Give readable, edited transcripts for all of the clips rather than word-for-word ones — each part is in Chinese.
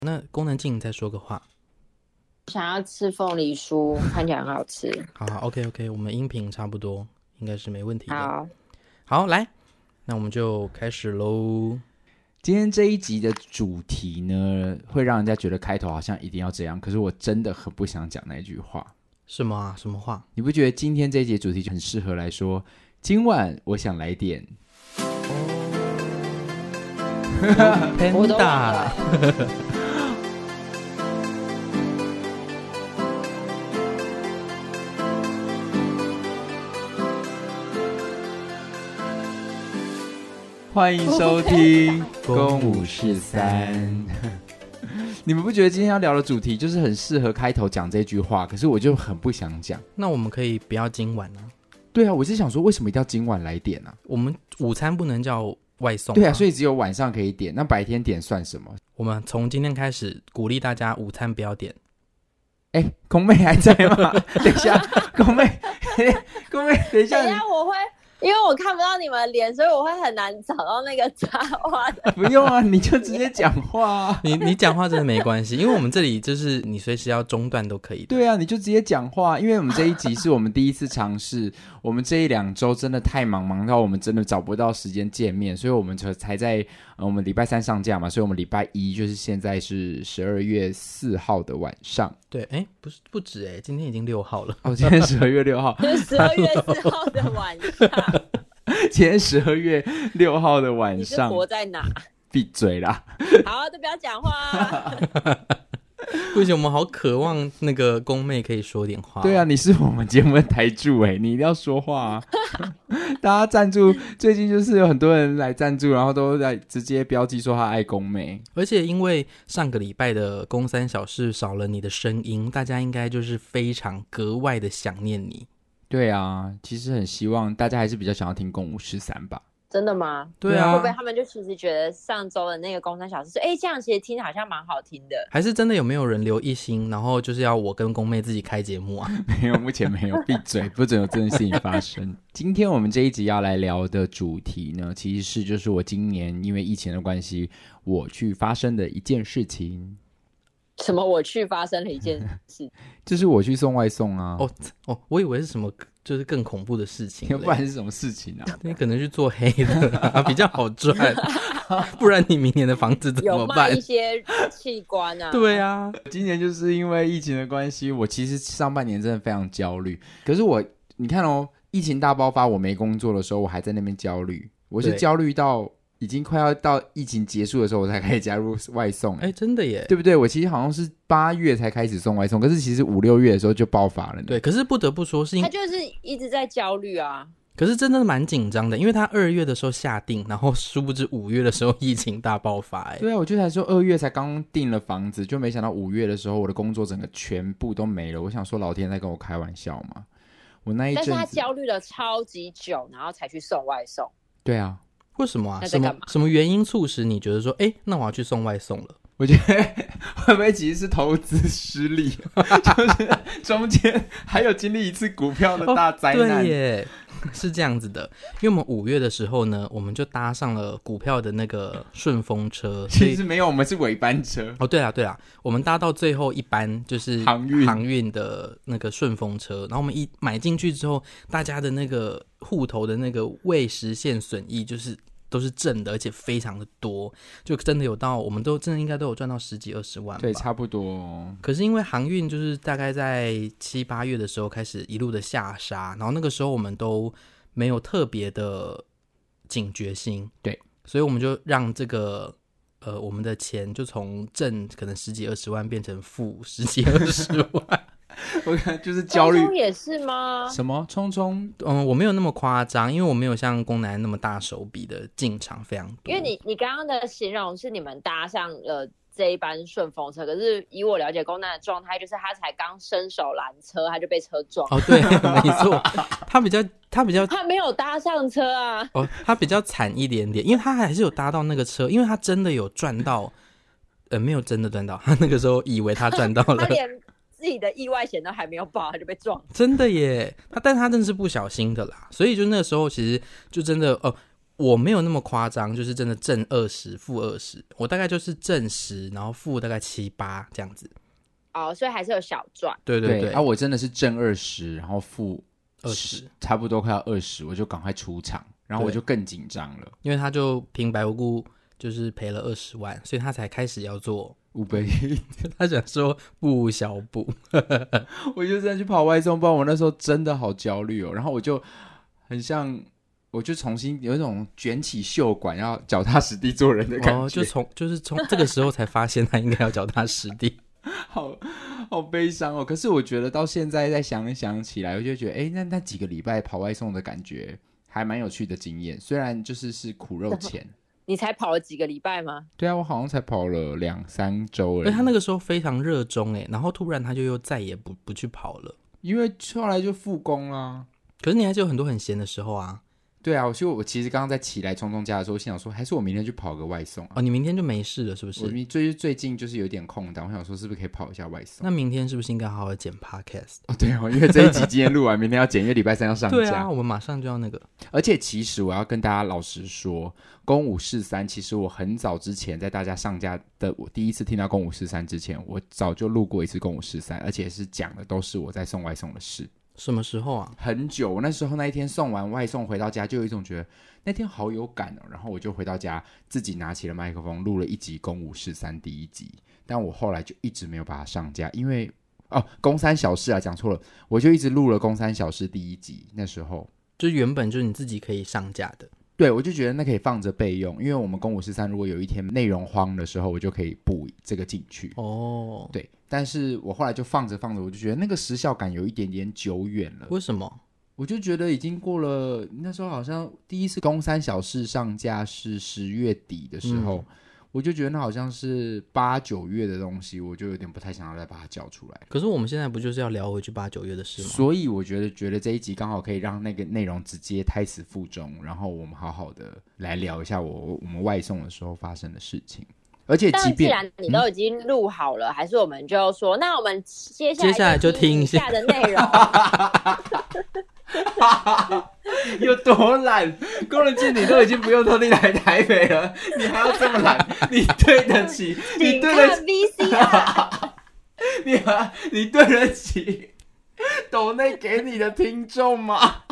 那功能镜，你再说个话。 想要吃凤梨酥，看起来很好吃。 好 ，OK， 我们音频差不多，应该是没问题的。 好， 来，那我们就开始喽。 今天这一集的主题呢，会让人家觉得开头好像一定要这样，可是我真的很不想讲那句话。 什么啊？什么话？ 你不觉得今天这一集的主题就很适合来说？今晚我想来点我都忘了。 欢迎收听公五是三。你们不觉得今天要聊的主题就是很适合开头讲这句话？可是我就很不想讲。 那我们可以不要今晚啊？ 对啊，我是想说，为什么一定要今晚来点啊？ 我们午餐不能叫外送。 对啊，所以只有晚上可以点，那白天点算什么？ 我们从今天开始鼓励大家午餐不要点。 空妹还在吗？等一下，空妹，等一下， 我会。因为我看不到你们的脸，所以我会很难找到那个插话的。 不用啊，你就直接讲话啊。 你讲话真的没关系，因为我们这里就是你随时要中断都可以的。 对啊，你就直接讲话，因为我们这一集是我们第一次尝试，我们这1-2周真的太忙到我们真的找不到时间见面，所以我们才在我们礼拜3上架嘛，所以我们礼拜1就是现在是12月4号的晚上。 对，不止今天已经6号了。 哦，今天12月6号， 就是12月4号的晚上。 今天12月6号的晚上，你是活在哪？ 闭嘴啦！ 好，都不要讲话啊。 不行，我们好渴望那个宫妹可以说点话。 对啊，你是我们节目的台柱你一定要说话啊！大家赞助，最近就是有很多人来赞助，然后都在直接标记说他爱宫妹。 而且因为上个礼拜的公三小事少了你的声音，大家应该就是非常格外的想念你。 对啊，其实很希望大家还是比较想要听公513吧。 真的吗？ 对啊， 会不会他们就其实觉得上周的那个公3小时这样其实听好像蛮好听的？ 还是真的有没有人留一星，然后就是要我跟宫妹自己开节目啊？ 没有，目前没有。闭嘴，不准有这件事情发生。今天我们这一集要来聊的主题呢，其实是就是我今年因为疫情的关系，我去发生的一件事情。 什么？我去发生了一件事？ 就是我去送外送啊。 我以为是什么就是更恐怖的事情， 不然是什么事情啊？ 你可能去做黑的比较好赚，不然你明年的房子怎么办？ 有卖一些器官啊。 对啊， 今年就是因为疫情的关系，我其实上半年真的非常焦虑。可是你看疫情大爆发，我没工作的时候，我还在那边焦虑。我是焦虑到已经快要到疫情结束的时候，我才开始加入外送。 真的耶， 对不对？我其实好像是8月才开始送外送，可是其实5、6月的时候就爆发了呢。 对，可是不得不说他就是一直在焦虑啊。 可是真的蛮紧张的，因为他2月的时候下定，然后殊不知5月的时候疫情大爆发。 对啊，我就才说2月才刚订了房子，就没想到5月的时候我的工作整个全部都没了。我想说老天在跟我开玩笑嘛。我那一阵子， 但是他焦虑了超级久，然后才去送外送。 对啊。 为什么啊？什么原因促使你觉得说那我要去送外送了？ 我觉得会不会其实是投资失利就是中间还有经历一次股票的大灾难。 对耶，是这样子的。因为我们5月的时候呢，我们就搭上了股票的那个顺风车。 其实没有，我们是尾班车。 对啦，我们搭到最后一班就是航运的那个顺风车，然后我们一买进去之后，大家的那个户头的那个未实现损益都是正的，而且非常的多，就真的有到我们都真的应该都有赚到10几20万吧。 对，差不多。 可是因为航运就是大概在7、8月的时候开始一路的下杀，然后那个时候我们都没有特别的警觉性， 对， 所以我们就让这个我们的钱就从正可能10几20万变成负10几20万。 我看就是焦虑。 聪聪也是吗？ 什么聪聪？ 我没有那么夸张，因为我没有像宫南那么大手笔的进场非常多。 因为你刚刚的形容是你们搭上了这一班顺风车，可是以我了解宫南的状态，就是他才刚伸手拦车，他就被车撞。 对，没错，他没有搭上车啊。 他比较惨一点点，因为他还是有搭到那个车，因为他真的有赚到，没有真的赚到，他那个时候以为他赚到了， 他连自己的意外险都还没有保，他就被撞。 真的耶，但他真的是不小心的啦，所以就那个时候其实就真的我没有那么夸张，就是真的正20负20，我大概就是正10，然后负大概7、8这样子。 哦，所以还是有小赚。 对对对， 我真的是正20，然后负20，差不多快要20，我就赶快出场，然后我就更紧张了， 因为他就平白无故就是赔了20万，所以他才开始要做 Uber， 他想说不小补， 我就真的去跑外送，不然我那时候真的好焦虑哦。然后我就很像，我就重新有一种卷起袖管，要脚踏实地做人的感觉。 就是从这个时候才发现他应该要脚踏实地。 好悲伤哦！可是我觉得到现在再想起来，我就觉得，那几个礼拜跑外送的感觉还蛮有趣的经验，虽然就是苦肉钱。 你才跑了几个礼拜吗？ 对啊，我好像才跑了2-3周而已。 他那个时候非常热衷然后突然他就又再也不去跑了， 因为后来就复工啦。 可是你还是有很多很闲的时候啊。 对啊，所以我其实刚刚在起来冲家的时候，心想说，还是我明天去跑个外送啊。 你明天就没事了是不是？ 我最近就是有点空档，我想说是不是可以跑一下外送。 那明天是不是应该好好剪 podcast？ 对因为这一集今天录完，明天要剪，因为礼拜3要上架。 对啊，我们马上就要那个。 而且其实我要跟大家老实说，公五四三，其实我很早之前在大家上架的，我第一次听到公五四三之前，我早就录过一次公五四三，而且是讲的都是我在送外送的事。 什么时候啊？ 很久，我那时候那一天送完外送回到家，就有一种觉得那天好有感哦。然后我就回到家，自己拿起了麦克风，录了一集《公五四三》第1集。但我后来就一直没有把它上架，因为公三小事啊，讲错了，我就一直录了公三小事第1集。那时候就原本就是你自己可以上架的。 对，我就觉得那可以放着备用，因为我们公五四三如果有一天内容荒的时候，我就可以补这个进去。对，但是我后来就放着，我就觉得那个时效感有一点点久远了。 为什么？ 我就觉得已经过了，那时候好像第一次公三小事上架是10月底的时候，我就觉得那好像是8、9月的东西，我就有点不太想要再把它叫出来。 可是我们现在不就是要聊回去8、9月的事吗？ 所以我觉得这一集刚好可以让那个内容直接胎死腹中，然后我们好好的来聊一下我们外送的时候发生的事情。而且既然你都已经录好了，还是我们就说，那我们接下来就听一下的内容。 有多懒？工人经理都已经不用特地来台北了，你还要这么懒？你对得起？你对得起 VCR？ 你对得起抖内给你的听众吗？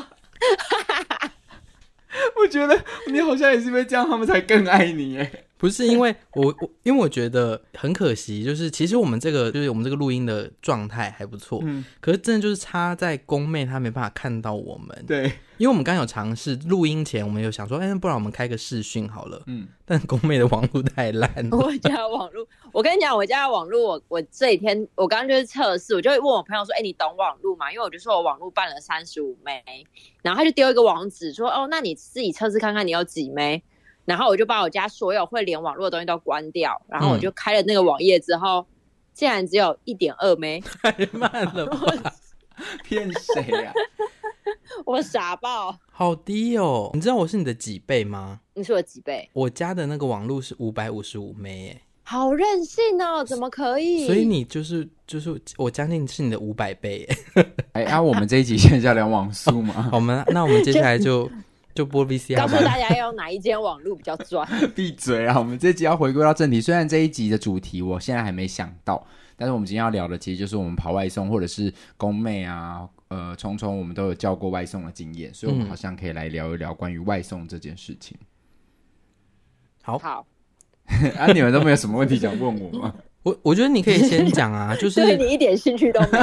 我觉得你好像也是因为这样，他们才更爱你耶。 不是因为因为我觉得很可惜，就是其实我们这个录音的状态还不错，可是真的就是差在宫妹她没办法看到我们。 对， 因为我们刚有尝试录音前，我们有想说，不然我们开个视讯好了。但宫妹的网路太烂了。 我家网路，我跟你讲，我家的网路，我这几天我刚刚就是测试，我就会问我朋友说，你懂网路吗？因为我就说我网路办了35枚，然后他就丢一个网址说，那你自己测试看看你有几枚。然后我就把我家所有会连网络的东西都关掉，然后我就开了那个网页之后，竟然只有1.2枚， 太慢了吧？ 骗谁啊？ 我傻爆， 好低哦！你知道我是你的几倍吗？ 你是我几倍？ 我家的那个网络是555枚耶， 好任性哦！怎么可以？ 所以你就是我将近是你的500倍耶。 我们这一集现在叫聊网速吗？ 那我们接下来就播 VCR， 告诉大家要用哪一间网路比较赚。 闭嘴啊！我们这集要回归到正题，虽然这一集的主题我现在还没想到，但是我们今天要聊的其实就是我们跑外送或者是宫妹啊，聪聪我们都有叫过外送的经验，所以我们好像可以来聊一聊关于外送这件事情。 好你们都没有什么问题想问我吗？ 我觉得你可以先讲啊，就是对你一点兴趣都没有。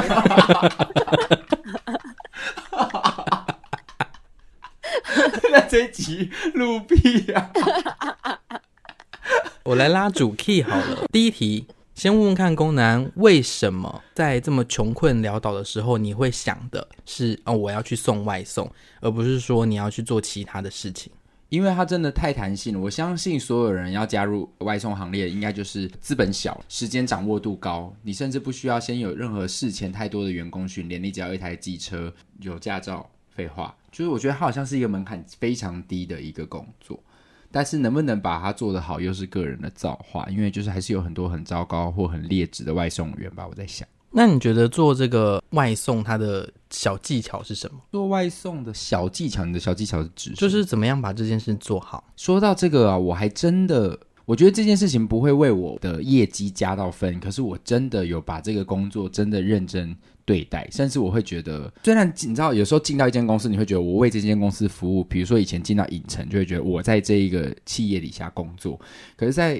那这一集录屁啊！ 我来拉主 key 好了。第一题，先问问看宫男，为什么在这么穷困潦倒的时候，你会想的是我要去送外送，而不是说你要去做其他的事情？ 因为它真的太弹性了，我相信所有人要加入外送行列，应该就是资本小，时间掌握度高，你甚至不需要先有任何事前太多的员工训练，你只要一台机车，有驾照，废话，就是我觉得它好像是一个门槛非常低的一个工作，但是能不能把它做得好，又是个人的造化，因为就是还是有很多很糟糕或很劣质的外送员吧，我在想。 那你觉得做这个外送它的小技巧是什么？ 做外送的小技巧，你的小技巧是指就是怎么样把这件事做好？ 说到这个啊，我还真的我觉得这件事情不会为我的业绩加到分，可是我真的有把这个工作真的认真对待，甚至我会觉得，虽然你知道有时候进到一间公司你会觉得我为这间公司服务，比如说以前进到影城就会觉得我在这一个企业底下工作，可是在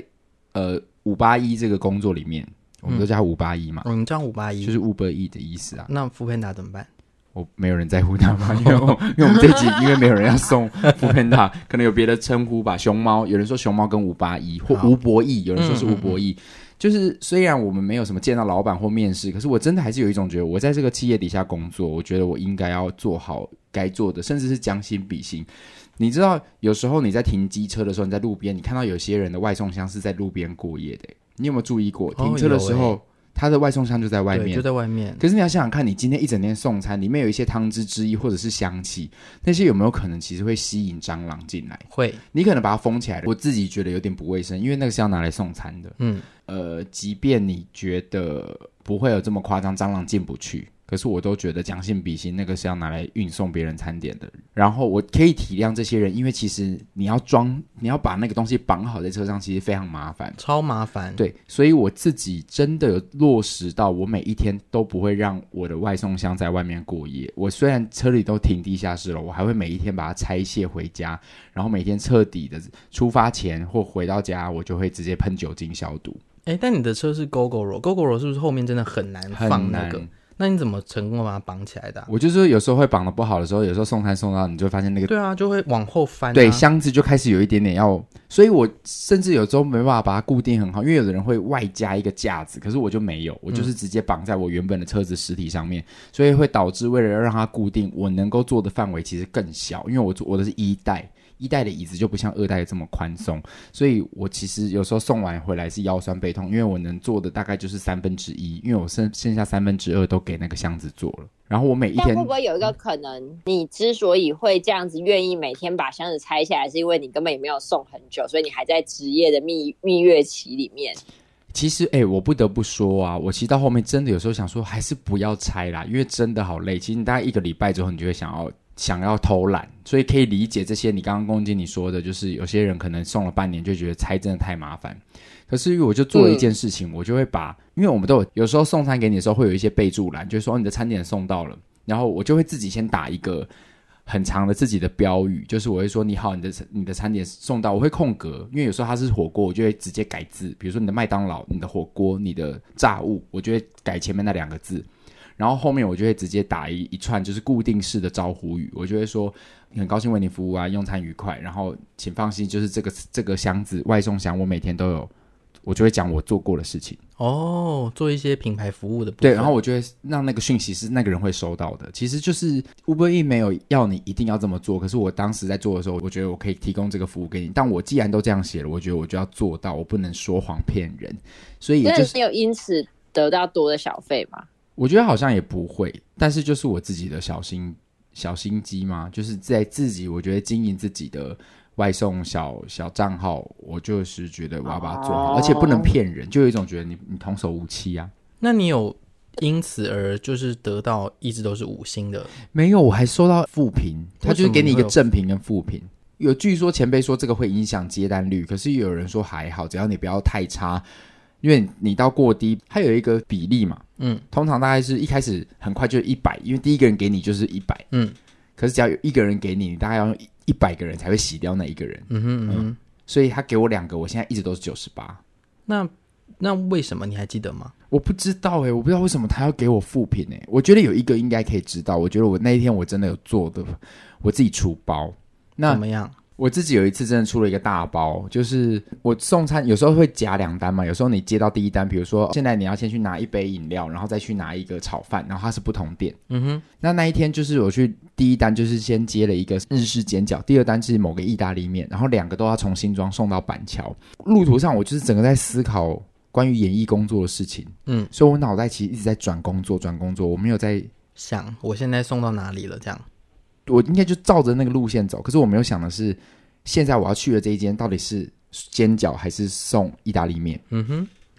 581这个工作里面，我们都叫它581嘛， 我们叫581 就是 Uber E 的意思啊。 那Foodpanda怎么办？ 我没有人在乎他嘛，因为我们这一集因为没有人要送Foodpanda，可能有别的称呼吧。熊猫，有人说熊猫跟581或吴博义，有人说是吴博义。就是虽然我们没有什么见到老板或面试，可是我真的还是有一种觉得，我在这个企业底下工作，我觉得我应该要做好该做的，甚至是将心比心。你知道，有时候你在停机车的时候，你在路边，你看到有些人的外送箱是在路边过夜的，你有没有注意过？停车的时候。他的外送箱就在外面， 对，就在外面。 可是你要想想看，你今天一整天送餐，里面有一些汤汁汁液或者是香气，那些有没有可能其实会吸引蟑螂进来？ 会， 你可能把它封起来了。我自己觉得有点不卫生，因为那个是要拿来送餐的。即便你觉得不会有这么夸张，蟑螂进不去。可是我都觉得将心比心，那个是要拿来运送别人餐点的。然后我可以体谅这些人，因为其实你要把那个东西绑好在车上，其实非常麻烦， 超麻烦。 对，所以我自己真的有落实到，我每一天都不会让我的外送箱在外面过夜。我虽然车里都停地下室了，我还会每一天把它拆卸回家，然后每天彻底的出发前或回到家，我就会直接喷酒精消毒。 但你的车是 Gogoro 是不是后面真的很难放那个？那你怎么成功把它绑起来的我就是有时候会绑得不好的时候，有时候送餐送到你就会发现那个对啊，就会往后翻对，箱子就开始有一点点要，所以我甚至有时候没办法把它固定很好，因为有的人会外加一个架子，可是我就没有，我就是直接绑在我原本的车子实体上面，所以会导致为了要让它固定，我能够做的范围其实更小，因为我的是1代的椅子就不像2代这么宽松，所以我其实有时候送完回来是腰酸背痛，因为我能做的大概就是1/3，因为我剩下2/3都给那个箱子做了。然后我每一天， 但会不会有一个可能，你之所以会这样子愿意每天把箱子拆下来，是因为你根本也没有送很久，所以你还在职业的蜜月期里面？ 其实我不得不说啊，我其实到后面真的有时候想说还是不要拆啦，因为真的好累。其实你大概1个礼拜之后，你就会想要偷懒，所以可以理解这些你刚刚龚经理说的，就是有些人可能送了半年就觉得拆真的太麻烦。可是我就做了一件事情，我就会把，因为我们都有时候送餐给你的时候会有一些备注栏，就是说你的餐点送到了，然后我就会自己先打一个很长的自己的标语，就是我会说你好，你的餐点送到，我会空格，因为有时候它是火锅，我就会直接改字，比如说你的麦当劳、你的火锅、你的炸物，我就会改前面那2个字。然后后面我就会直接打一串就是固定式的招呼语，我就会说很高兴为你服务啊，用餐愉快，然后请放心，就是这个箱子外送箱我每天都有，我就会讲我做过的事情做一些品牌服务的部分。 对，然后我就会让那个讯息是那个人会收到的。其实就是 Uber E 没有要你一定要这么做，可是我当时在做的时候，我觉得我可以提供这个服务给你，但我既然都这样写了，我觉得我就要做到，我不能说谎骗人。所以就是你有因此得到多的小费吗？ 我觉得好像也不会，但是就是我自己的小心机嘛，就是在自己我觉得经营自己的外送小账号，我就是觉得我要把它做好，而且不能骗人，就有一种觉得你童叟无欺啊。 那你有因此而就是得到一直都是5星的？没有，我还收到负评，他就是给你一个正评跟负评。有据说前辈说这个会影响接单率，可是有人说还好，只要你不要太差。因为你到过低，它有一个比例嘛，通常大概是一开始很快就是100，因为第一个人给你就是100，可是只要有一个人给你，你大概要用100个人才会洗掉那一个人，所以他给我2个，我现在一直都是98。 那为什么你还记得吗？ 我不知道我不知道为什么他要给我负评我觉得有一个应该可以知道，我觉得我那一天我真的有做的，我自己出包。那怎么样？ 我自己有一次真的出了一个大包，就是我送餐有时候会夹2单嘛，有时候你接到第一单，比如说现在你要先去拿一杯饮料，然后再去拿一个炒饭，然后它是不同店。那一天就是我去第一单就是先接了一个日式煎饺，第2单是某个意大利面，然后2个都要从新庄送到板桥。路途上我就是整个在思考关于演艺工作的事情，所以我脑袋其实一直在转工作，我没有在想我现在送到哪里了这样。 我应该就照着那个路线走，可是我没有想的是现在我要去的这一间到底是煎饺还是送意大利面。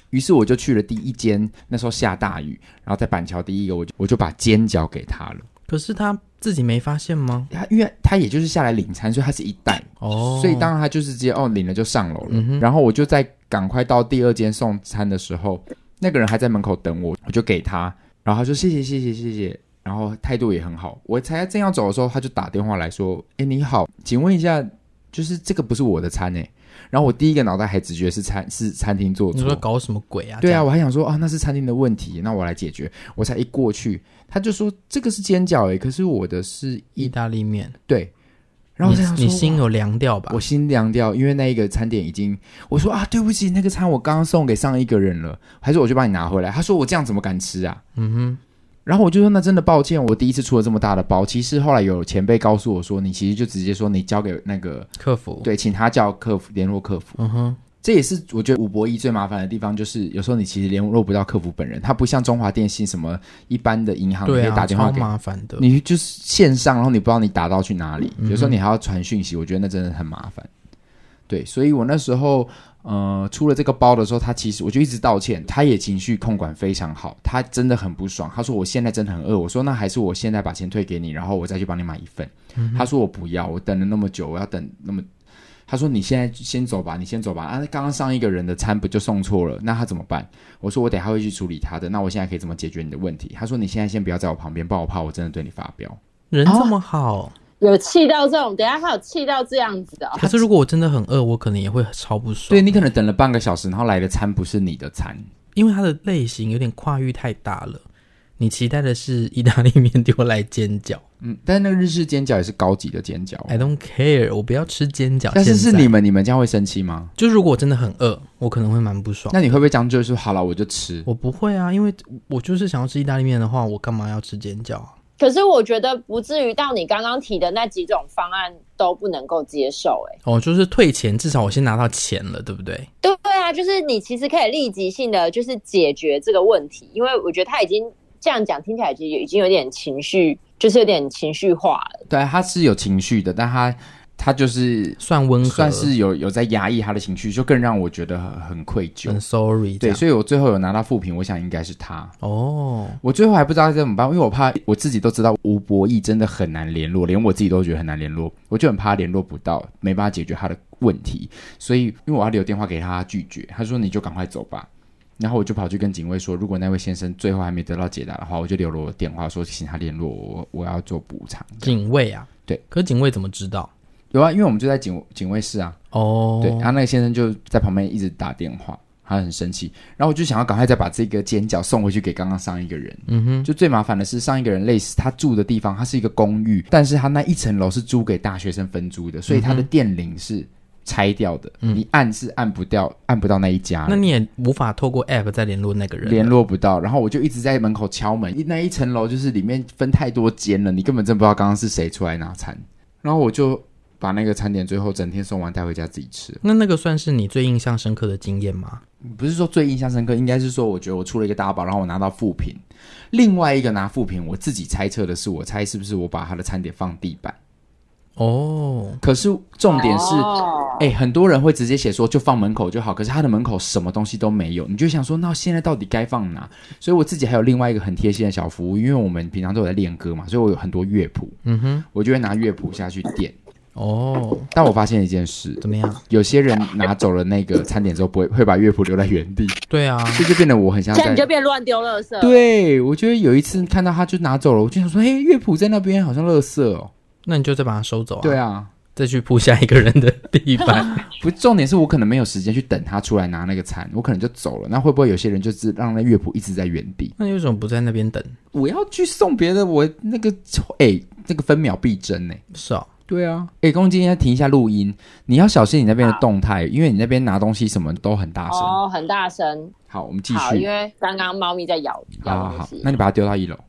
于是我就去了第一间，那时候下大雨，然后在板桥第一个我就把煎饺给他了。 可是他自己没发现吗？ 因为他也就是下来领餐，所以他是一袋所以当然他就是直接领了就上楼了。然后我就在赶快到第二间送餐的时候，那个人还在门口等我，我就给他，然后他说谢谢，然后态度也很好。我才正要走的时候，他就打电话来说：“你好，请问一下，就是这个不是我的餐然后我第一个脑袋还直觉是餐厅做错。你说搞什么鬼啊？ 对啊，我还想说那是餐厅的问题，那我来解决。我才一过去，他就说这个是煎饺可是我的是意大利面。 对，然后我你心有凉掉吧？ 我心凉掉，因为那一个餐点已经，我说对不起，那个餐我刚刚送给上一个人了，还是我就帮你拿回来？他说我这样怎么敢吃啊？然后我就说那真的抱歉，我第一次出了这么大的包。其实后来有前辈告诉我说，你其实就直接说你交给那个客服， 对，请他叫客服联络客服。这也是我觉得5博1最麻烦的地方，就是有时候你其实联络不到客服本人，他不像中华电信什么一般的银行你可以打电话给， 超麻烦的。 你就是线上，然后你不知道你打到去哪里，有时候你还要传讯息，我觉得那真的很麻烦。对，所以我那时候出了这个包的时候，他其实我就一直道歉，他也情绪控管非常好，他真的很不爽，他说我现在真的很饿，我说那还是我现在把钱退给你，然后我再去帮你买一份。他说我不要，我等了那么久，我要等那么，他说你现在先走吧，你先走吧刚刚上一个人的餐不就送错了，那他怎么办？我说我等一下会去处理他的，那我现在可以怎么解决你的问题？他说你现在先不要在我旁边，不然我怕我真的对你发飙。 人这么好有气到这种，等一下还有气到这样子的可是如果我真的很饿，我可能也会超不爽。 对，你可能等了半个小时，然后来的餐不是你的餐， 因为它的类型有点跨域太大了。你期待的是意大利面丢来煎饺， 但是那个日式煎饺也是高级的煎饺。 I don't care， 我不要吃煎饺。 但是你们这样会生气吗？ 就如果我真的很饿，我可能会蛮不爽。 那你会不会这样就说好了我就吃？ 我不会啊，因为我就是想要吃意大利面的话，我干嘛要吃煎饺啊？ 可是我觉得不至于到你刚刚提的那几种方案都不能够接受就是退钱，至少我先拿到钱了，对不对？ 对啊，就是你其实可以立即性的就是解决这个问题，因为我觉得他已经这样讲听起来其实已经有点情绪，就是有点情绪化了。 对，他是有情绪的，但他就是算温和， 算是有在压抑他的情绪，就更让我觉得很愧疚， 很 sorry。 对，所以我最后有拿到负评，我想应该是他。我最后还不知道怎么办，因为我怕我自己都知道5博1真的很难联络，连我自己都觉得很难联络，我就很怕联络不到，没办法解决他的问题。所以因为我要留电话给他拒绝，他说你就赶快走吧。然后我就跑去跟警卫说，如果那位先生最后还没得到解答的话，我就留了我的电话说请他联络我要做补偿。 警卫啊？ 对。 可是警卫怎么知道？ 有啊，因为我们就在警卫室啊。对，然后那个先生就在旁边一直打电话，他很生气，然后我就想要赶快再把这个煎饺送回去给刚刚上一个人。就最麻烦的是上一个人类似他住的地方，他是一个公寓，但是他那一层楼是租给大学生分租的，所以他的电铃是拆掉的，你按是按不到那一家。 那你也无法透过 app 再联络那个人， 联络不到。然后我就一直在门口敲门，那一层楼就是里面分太多间了，你根本真不知道刚刚是谁出来拿餐。然后我就把那个餐点最后整天送完带回家自己吃。 那个算是你最印象深刻的经验吗？ 不是说最印象深刻，应该是说我觉得我出了一个大包，然后我拿到负评。另外一个拿负评，我自己猜测的是，我猜是不是我把他的餐点放地板。可是重点是很多人会直接写说就放门口就好，可是他的门口什么东西都没有，你就想说那现在到底该放哪？所以我自己还有另外一个很贴心的小服务，因为我们平常都有在练歌嘛，所以我有很多乐谱，我就会拿乐谱下去垫。但我发现一件事， 怎么样？ 有些人拿走了那个餐点之后，会把乐谱留在原地。 对啊， 所以就变得我很像在， 这样你就变乱丢垃圾。 对，我觉得有一次看到他就拿走了，我就想说，乐谱在那边好像垃圾哦。 那你就再把它收走啊。 对啊， 再去铺下一个人的地板。 不，重点是我可能没有时间去等他出来拿那个餐，我可能就走了。那会不会有些人就是让那乐谱一直在原地？ 那你为什么不在那边等？ 我要去送别的，我那个那个分秒必争是啊。 对啊，公公今天停一下录音，你要小心你那边的动态，因为你那边拿东西什么都很大声。 很大声。 好，我们继续。 好，因为刚刚猫咪在咬东西。 那你把它丢到1楼。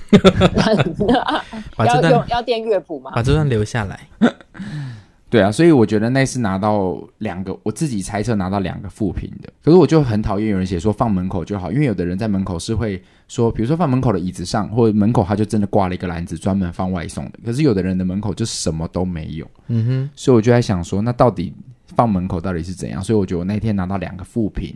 要垫乐谱吗？ 把这段留下来。 对啊，所以我觉得那是拿到2个，我自己猜测拿到2个负评的。可是我就很讨厌有人写说放门口就好，因为有的人在门口是会说，比如说放门口的椅子上，或者门口他就真的挂了一个篮子专门放外送的。可是有的人的门口就什么都没有。所以我就在想说，那到底放门口到底是怎样？所以我觉得我那天拿到2个负评。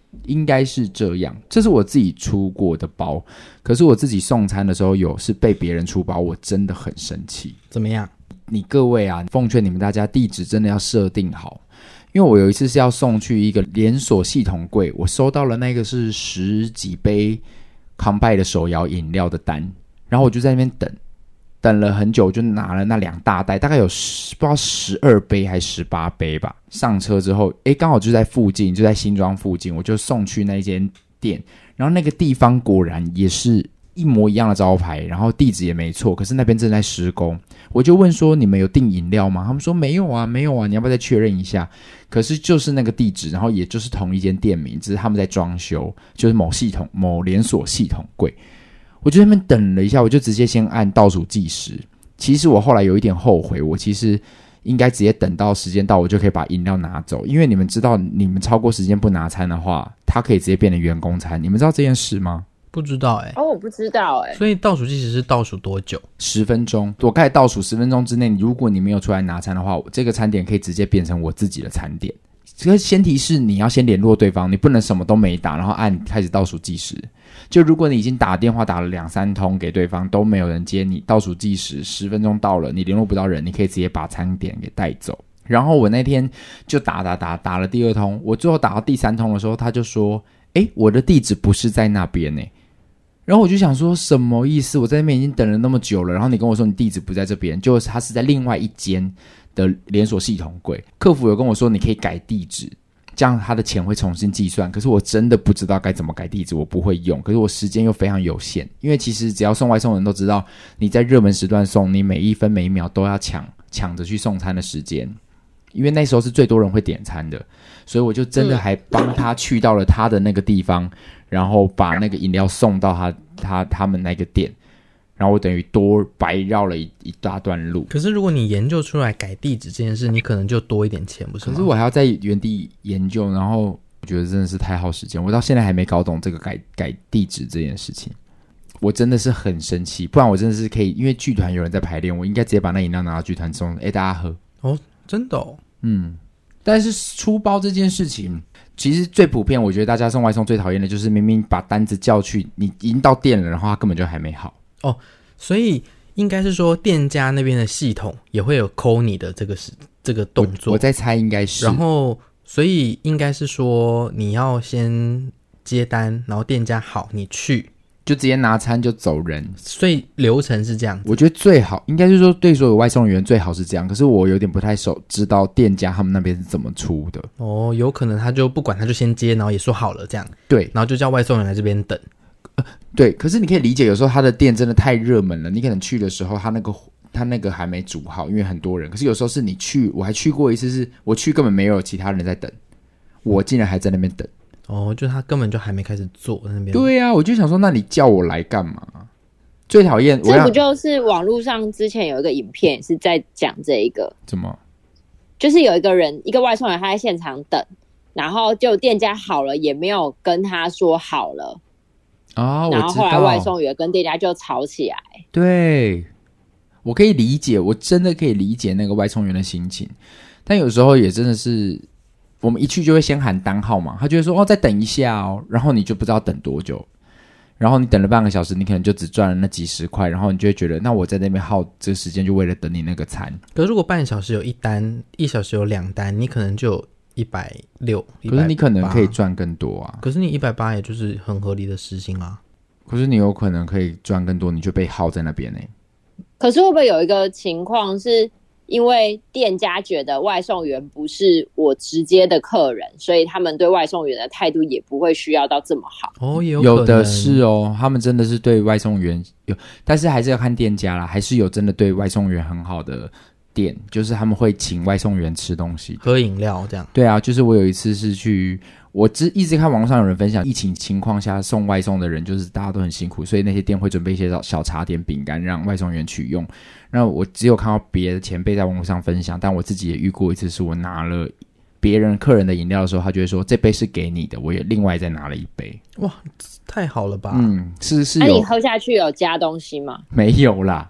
应该是这样。这是我自己出过的包，可是我自己送餐的时候是被别人出包，我真的很生气。 怎么样？ 你各位啊，奉劝你们大家地址真的要设定好，因为我有一次是要送去一个连锁系统柜，我收到了那个是10几杯康拜的手摇饮料的单，然后我就在那边等了很久，就拿了那2大袋，大概有不知道12杯还18杯吧。上车之后，刚好就在附近，就在新庄附近，我就送去那间店，然后那个地方果然也是一模一样的招牌，然后地址也没错，可是那边正在施工。我就问说你们有订饮料吗？他们说没有啊，你要不要再确认一下？可是就是那个地址，然后也就是同一间店名，只是他们在装修，就是某连锁系统柜。我就在那边等了一下，我就直接先按倒数计时。其实我后来有一点后悔，我其实应该直接等到时间到，我就可以把饮料拿走。因为你们知道，你们超过时间不拿餐的话，它可以直接变成员工餐。你们知道这件事吗？ 不知道我不知道所以倒数计时是倒数多久 ？10分钟。我刚才倒数10分钟之内，如果你没有出来拿餐的话，这个餐点可以直接变成我自己的餐点。这个前提是你要先联络对方，你不能什么都没打，然后按开始倒数计时。就如果你已经打电话打了2-3通给对方都没有人接你，倒数计时10分钟到了，你联络不到人，你可以直接把餐点给带走。然后我那天就打了第2通，我最后打到第3通的时候，他就说我的地址不是在那边然后我就想说什么意思？我在那边已经等了那么久了，然后你跟我说你地址不在这边，就是他是在另外一间的连锁系统柜。客服有跟我说你可以改地址，这样他的钱会重新计算。可是我真的不知道该怎么改地址，我不会用。可是我时间又非常有限，因为其实只要送外送人都知道，你在热门时段送，你每1分每1秒都要抢着去送餐的时间，因为那时候是最多人会点餐的。所以我就真的还帮他去到了他的那个地方，然后把那个饮料送到他们那个店，然后我等于多白绕了一大段路。 可是如果你研究出来改地址这件事，你可能就多一点钱，不是吗？ 可是我还要在原地研究，然后我觉得真的是太耗时间，我到现在还没搞懂这个改地址这件事情。我真的是很生气，不然我真的是可以，因为剧团有人在排练，我应该直接把那饮料拿到剧团送，大家喝。 真的但是出包这件事情，其实最普遍，我觉得大家送外送最讨厌的就是明明把单子叫去，你已经到店了，然后他根本就还没好。 所以应该是说店家那边的系统也会有扣你的这个动作。 我在猜应该是。 然后所以应该是说你要先接单，然后店家好你去就直接拿餐就走人， 所以流程是这样子。 我觉得最好应该是说对所有外送员最好是这样，可是我有点不太知道店家他们那边是怎么出的。 有可能他就不管，他就先接，然后也说好了这样。 对， 然后就叫外送员来这边等。 对，可是你可以理解，有时候他的店真的太热门了，你可能去的时候他那个还没煮好，因为很多人。可是有时候是你去，我还去过一次，是我去根本没有其他人在等，我竟然还在那边等。 就他根本就还没开始做那边。 对啊，我就想说，那你叫我来干嘛？最讨厌， 这不就是网络上之前有一个影片是在讲这一个？ 怎么？ 就是有一个外送员他在现场等，然后就店家好了也没有跟他说好了然后后来外送员跟店家就吵起来。 对，我可以理解，我真的可以理解那个外送员的心情，但有时候也真的是。我们一去就会先喊单号嘛，他就会说再等一下然后你就不知道等多久，然后你等了半个小时，你可能就只赚了那几十块，然后你就会觉得那我在那边耗这个时间就为了等你那个餐。 可是如果半小时有1单，1小时有2单，你可能就有160， 可是你可能可以赚更多啊。 可是你180也就是很合理的时薪啊。 可是你有可能可以赚更多，你就被耗在那边可是会不会有一个情况是因为店家觉得外送员不是我直接的客人，所以他们对外送员的态度也不会需要到这么好。 有的是他们真的是对外送员但是还是要看店家啦，还是有真的对外送员很好的店，就是他们会请外送员吃东西喝饮料这样。 对啊，就是我有一次是我一直看网络上有人分享，疫情情况下送外送的人就是大家都很辛苦，所以那些店会准备一些小茶点饼干让外送员取用。那我只有看到别的前辈在网络上分享，但我自己也遇过一次，是我拿了别人客人的饮料的时候，他就会说这杯是给你的，我也另外再拿了一杯。 哇，太好了吧。 是有。 那你喝下去有加东西吗？ 没有啦，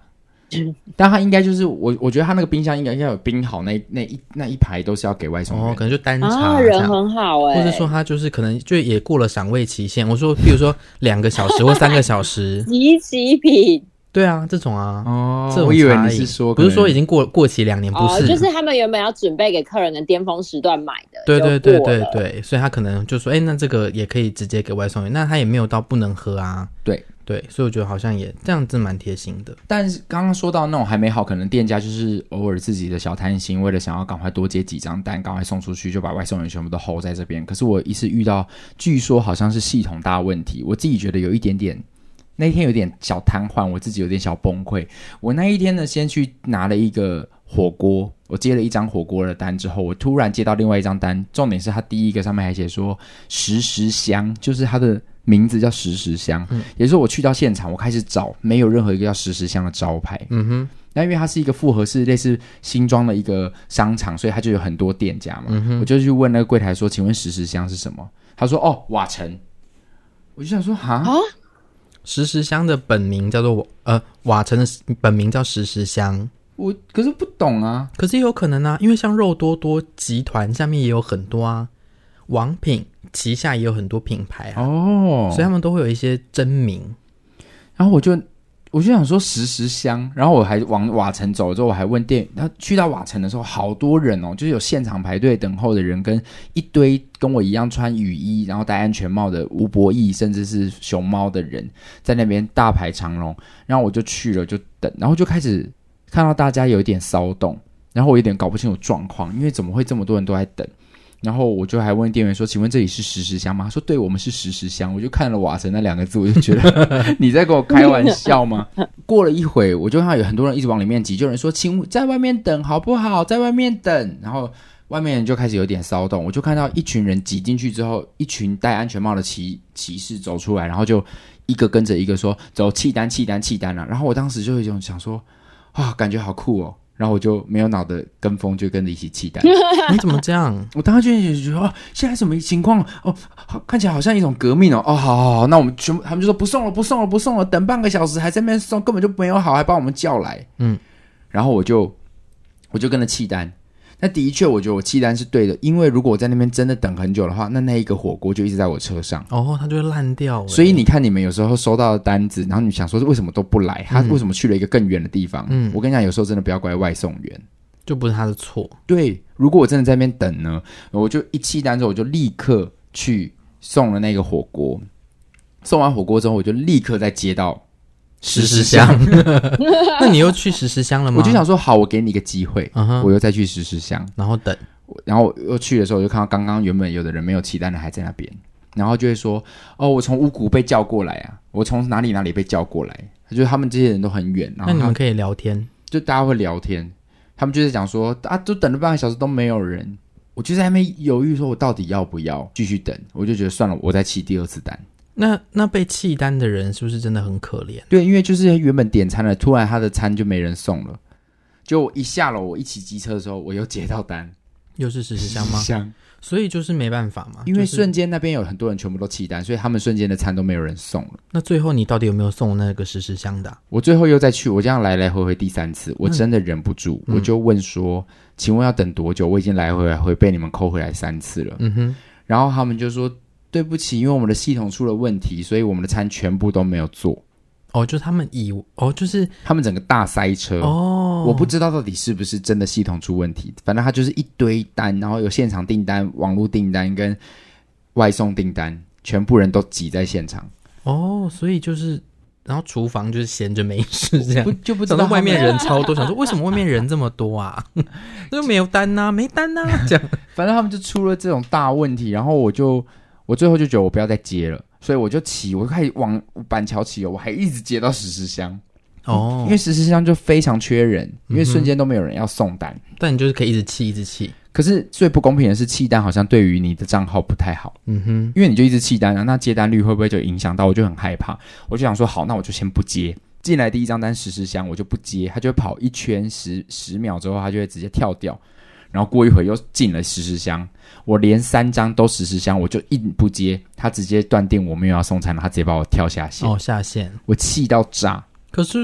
但他应该就是我觉得他那个冰箱应该有冰好那一排都是要给外送员， 可能就单查人很好或者说他就是可能就也过了赏味期限。我说比如说2个小时或3个小时集齐品。 对啊，这种啊，这种我以为你是说不是说已经过期2年，不是， 就是他们原本要准备给客人的巅峰时段买的， 对，所以他可能就说，那这个也可以直接给外送员，那他也没有到不能喝啊，对，所以我觉得好像也这样子蛮贴心的。 但是刚刚说到那种还没好，可能店家就是偶尔自己的小贪心，为了想要赶快多接几张单，赶快送出去，就把外送员全部都 hold 在这边。可是我一次遇到，据说好像是系统大问题，我自己觉得有一点点。那一天有点小瘫痪，我自己有点小崩溃。我那一天呢，先去拿了一个火锅，我接了1张火锅的单之后，我突然接到另外1张单，重点是他第一个上面还写说时香，就是他的名字叫时香，也就是说我去到现场，我开始找，没有任何一个叫时香的招牌。那因为它是一个复合式类似新庄的一个商场，所以它就有很多店家嘛。我就去问那个柜台说，请问时香是什么？他说瓦城。我就想说时香的本名叫做瓦城的本名叫时香， 我可是不懂啊。 可是也有可能啊，因为像肉多多集团下面也有很多啊，王品旗下也有很多品牌啊，所以他们都会有一些真名。 然后我就想说时香，然后我还往瓦城走之后，我还问店，他去到瓦城的时候，好多人就是有现场排队等候的人，跟一堆跟我一样穿雨衣，然后戴安全帽的吴伯义，甚至是熊猫的人，在那边大排长龙。然后我就去了，就等，然后就开始看到大家有一点骚动，然后我有点搞不清楚状况，因为怎么会这么多人都在等？然后我就还问店员说，请问这里是时香吗？他说对，我们是时香。我就看了瓦城那2个字，我就觉得你在跟我开玩笑吗？过了一会，我就看到有很多人一直往里面挤，就有人说请在外面等好不好，在外面等。然后外面人就开始有点骚动，我就看到一群人挤进去之后，一群戴安全帽的骑士走出来，然后就一个跟着一个说走弃单了。然后我当时就有一种想说感觉好酷哦，然后我就没有脑的跟风，就跟着一起弃单。 你怎么这样？ 我当时就觉得现在什么情况看起来好像一种革命好，那我们全部他们就说不送了，等半个小时还在那边送，根本就没有好，还把我们叫来。然后我就跟着弃单。那的确我觉得我弃单是对的，因为如果我在那边真的等很久的话，那一个火锅就一直在我车上它就会烂掉。 所以你看你们有时候收到的单子，然后你想说为什么都不来，他为什么去了一个更远的地方？我跟你讲，有时候真的不要怪外送员， 就不是他的错。 对，如果我真的在那边等呢，我就一弃单之后我就立刻去送了那个火锅，送完火锅之后我就立刻再接到时香。 那你又去时香了吗？ 我就想说好，我给你一个机会，我又再去时香， 然后等，然后又去的时候我就看到刚刚原本有的人没有弃单的还在那边，然后就会说我从五股被叫过来啊，我从哪里被叫过来，就是他们这些人都很远，然后那你们可以聊天， 就大家会聊天，他们就是讲说都等了半个小时都没有人，我就在那边犹豫说我到底要不要继续等，我就觉得算了，我再弃第2次单。 那被弃单的人是不是真的很可怜？ 对，因为就是原本点餐了，突然他的餐就没人送了，就我一下楼，我一骑机车的时候，我又接到单， 又是时香吗？所以就是没办法嘛， 因为瞬间那边有很多人全部都弃单，所以他们瞬间的餐都没有人送了。 那最后你到底有没有送那个时香的我最后又再去，我这样来来回回第3次，我真的忍不住，我就问说请问要等多久？我已经来回被你们扣回来3次了。然后他们就说对不起，因为我们的系统出了问题，所以我们的餐全部都没有做。 就他们就是他们整个大塞车我不知道到底是不是真的系统出问题，反正他就是一堆单，然后有现场订单、网络订单跟外送订单，全部人都挤在现场所以就是然后厨房就是闲着没事这样， 就不知道外面人超多，想说为什么外面人这么多啊？就没有单啊，没单啊，这样。 反正他们就出了这种大问题，然后我最后就觉得我不要再接了，所以我就开始往板桥骑，我还一直接到时香因为时香就非常缺人，因为瞬间都没有人要送单， 但你就是可以一直弃。 可是最不公平的是弃单好像对于你的账号不太好，因为你就一直弃单啊，那接单率会不会就影响到？我就很害怕，我就想说好，那我就先不接。进来第一张单时香我就不接，他就会跑一圈10秒之后，他就会直接跳掉。然后过一会又进了时香，我连3张都时香，我就一不接，他直接断定我没有要送餐了，他直接把我跳下线。 下线， 我气到炸。 可是